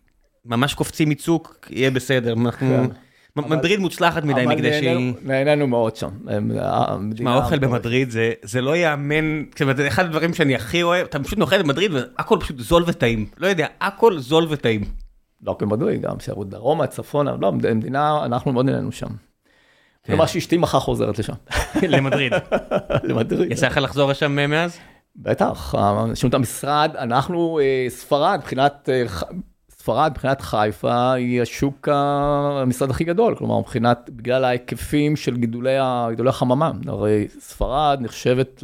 ממש קופצים מצוק, יהיה בסדר. אנחנו... מדריד מוצלחת מדי מכדי שהיא... נהנינו מאוד שם. מה, האוכל במדריד זה לא יאמן, זה אחד הדברים שאני הכי אוהב, אתה פשוט נאכל במדריד והכל פשוט זול וטעים. לא יודע, הכל זול וטעים. לא כמדריד, גם שירות דרומה, צפונה, לא, מדינה, אנחנו מאוד נהנינו שם. כלומר שאשתי מחר חוזרת לשם. למדריד. למדריד. יצא לך לחזור לשם מאז? בטח, שירות המשרד, אנחנו ספרד, מבחינת... ספרד, מבחינת חיפה, היא השוק המשרד הכי גדול, כלומר, מבחינת, בגלל ההיקפים של גידולי, גידולי החממה. הרי ספרד נחשבת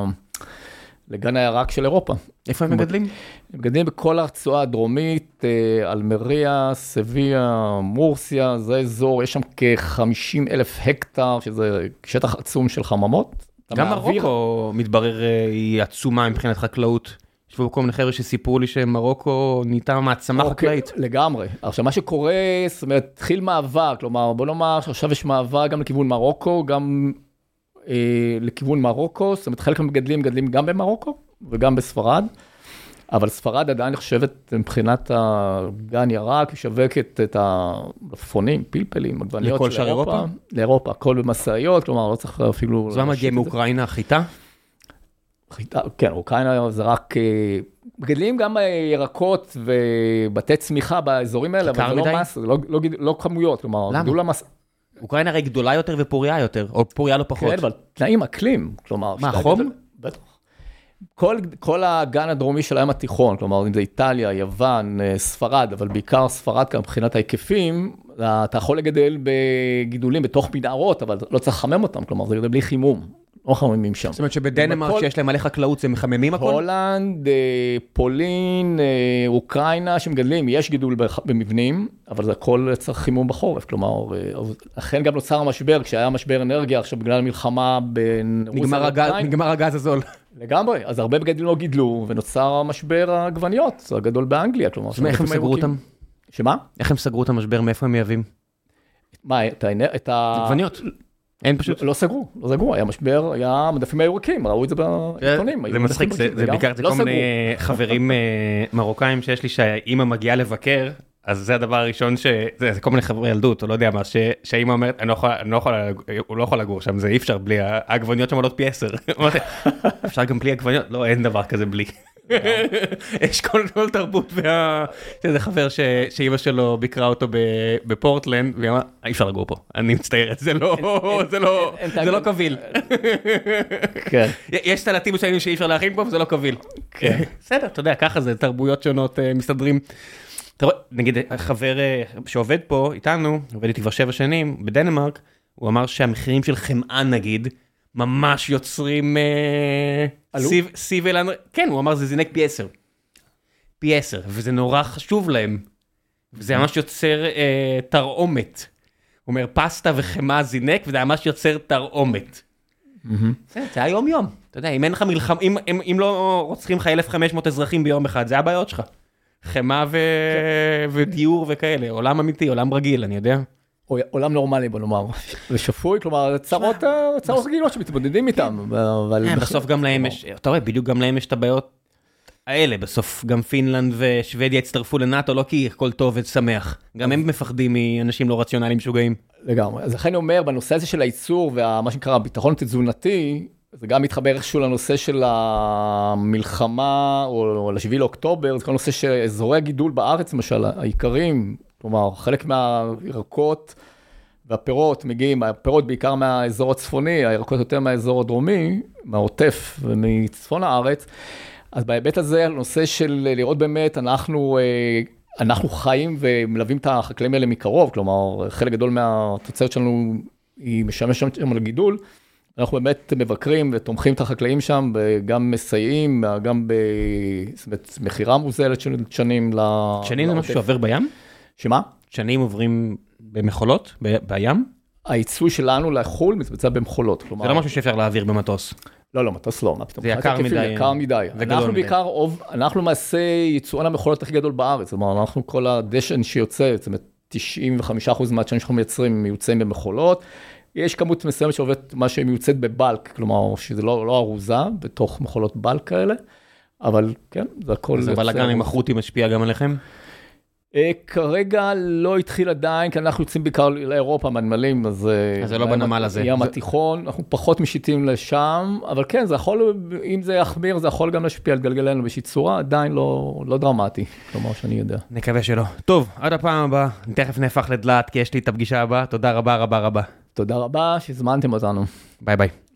לגן הירק של אירופה. איפה הם מגדלים? הם מגדלים בכל הרצועה הדרומית, אלמריה, סביה, מורסיה, זה אזור, יש שם כ-חמישים אלף הקטר, שזה שטח עצום של חממות. גם מרוקו מתברר היא עצומה מבחינת חקלאות. יש פה כל מיני חבר'ה שסיפרו לי שמרוקו נהייתה מעצמה חקלאית. לגמרי. עכשיו, מה שקורה, זאת אומרת, התחיל מעבר, כלומר, בוא נאמר שעכשיו יש מעבר גם לכיוון מרוקו, גם אה, לכיוון מרוקו, זאת אומרת, חלק מהמגדלים מגדלים גם במרוקו וגם בספרד, אבל ספרד עדיין נחשבת מבחינת הגן ירק, משווקת את המלפפונים, פלפלים, עגבניות לכל שאר אירופה? לאירופה, הכל במשאיות, כלומר, לא צריך אפילו... זה מגיע מאוקראינה, חיטה? חיטה, כן, אוקראינה זה רק, מגדלים גם ירקות ובתי צמיחה באזורים האלה, אבל זה לא מס, לא, לא, לא כמויות, כלומר, למה? המס... אוקראינה הרי גדולה יותר ופוריה יותר, או פוריה לא פחות. כן, אבל תנאים אקלים, כלומר... מה, חום? בטח. כל, כל הגן הדרומי של הים התיכון, כלומר, אם זה איטליה, יוון, ספרד, אבל בעיקר ספרד, כאן מבחינת ההיקפים, אתה יכול לגדל בגידולים בתוך מנהרות, אבל לא צריך לחמם אותם, כלומר, זה גדל בלי חימום. לא חממים שם. זאת אומרת שבדנמרק שיש להם מלא חקלאות, זה מחממים הכל? הולנד, פולין, אוקראינה שמגדלים, יש גידול במבנים, אבל זה הכל צריך חימום בחורף, כלומר, לכן גם נוצר המשבר, כשהיה משבר אנרגיה, עכשיו בגלל המלחמה בין רוסיה ואוקראינה. נגמר הגז הזול. לגמרי, אז הרבה מגדלים לא גידלו, ונוצר המשבר העגבניות, זה הגדול באנגליה, כלומר. איך הם סגרו אותם? שמה? איך הם סגרו את המשבר, מאיפה הם מייבאים? מה, את ה... עגבניות. אין פשוט. לא סגרו, לא סגרו, היה משבר, היה מדפים הירוקים, ראו את זה בעיתונים. זה מצחיק, זה בעיקר כל מיני חברים מרוקאים שיש לי שהאימא מגיעה לבקר, אז זה הדבר הראשון ש... זה כל מיני חברי ילדות, או לא יודע מה, שהאימא אומרת, הוא לא יכול לגור שם, זה אי אפשר בלי, העגבניות שם עולות פי עשר. אפשר גם בלי עגבניות? לא, אין דבר כזה בלי. יש כל תרבות, וזה חבר שאימא שלו ביקרה אותו בפורטלנד, והיא אמרה, אי אפשר לגור פה, אני מצטערת, זה לא קביל. יש סלטים שהיינו שאי אפשר להכין פה, וזה לא קביל. בסדר, אתה יודע, ככה זה, תרבויות שונות מסתדרים. נגיד, החבר שעובד פה איתנו, עובד איתי כבר שבע שנים, בדנמרק, הוא אמר שהמחירים של חמאה נגיד, ממש יוצרים סיב אלן, כן, הוא אמר זה זינק פי עשר, פי עשר, וזה נורא חשוב להם, וזה ממש יוצר תרעומת, הוא אומר פסטה וחמאה זינק, וזה ממש יוצר תרעומת, זה היום יום, אתה יודע, אם אין לך מלחמה, אם לא רוצחים לך אלף וחמש מאות אזרחים ביום אחד, זה הבעיות שלך, חמאה ודיור וכאלה, עולם אמיתי, עולם רגיל, אני יודע. עולם נורמלי, בוא נאמר, ושפוי, כלומר, צרות רגילות שמתמודדים איתם. בסוף גם להם יש, אתה רואה, בדיוק גם להם יש את הבעיות האלה, בסוף גם פינלנד ושוודיה הצטרפו לנאטו, לא כי הכל טוב ושמח, גם הם מפחדים מאנשים לא רציונליים משוגעים. לגמרי, אז לכן אני אומר, בנושא הזה של הייצור, ומה שנקרא הביטחון התזונתי, זה גם מתחבר איכשהו לנושא של המלחמה, או לשביעי לאוקטובר, זה כל נושא שאזורי הגידול בארץ, למשל, העיקרים, כלומר, חלק מהירקות והפירות מגיעים, הפירות בעיקר מהאזור הצפוני, הירקות יותר מהאזור הדרומי, מהעוטף ומצפון הארץ. אז בהיבט הזה, הנושא של לראות באמת, אנחנו, אנחנו חיים ומלווים את החקלאים האלה מקרוב, כלומר, חלק גדול מהתוצאות שלנו היא משמשת שם לגידול, אנחנו באמת מבקרים ותומכים את החקלאים שם, גם מסייעים, גם במחירה מוזלת של שנים. שנים זה משהו שעובר בים? שמה? שנים עוברים במחולות, בים? הייצוא שלנו לחול מתבצע במחולות. זה לא משהו שאפשר להעביר במטוס. לא, לא, מטוס לא. זה יקר מדי. יקר מדי. אנחנו בעיקר, אנחנו למעשה ייצואן המחולות הכי גדול בארץ. זאת אומרת, אנחנו כל הדשן שיוצא, זאת אומרת, תשעים וחמישה אחוז מהדשנים שאנחנו מייצרים מיוצאים במחולות. יש כמות מסוימת שעובד מה שמיוצאת בבלק, כלומר, שזה לא, לא ארוזה, בתוך מחולות בלק כאלה. אבל כן, זה הכל... זה בלגן עם החוטי משפיע גם עליכם? כרגע לא התחיל עדיין, כי אנחנו יוצאים בעיקר לאירופה, מהנמלים, אז זה לא בנמל הזה. ים התיכון, אנחנו פחות משיתים לשם, אבל כן, זה יכול, אם זה יחמיר, זה יכול גם להשפיע על גלגלנו באיזושהי צורה, עדיין לא, לא דרמטי, כלומר שאני יודע. נקווה שלא. טוב, עד הפעם הבאה, אני תכף נהפך לדלת, כי יש לי את הפגישה הבאה, תודה רבה רבה רבה. תודה רבה שהזמנתם אותנו. ביי ביי.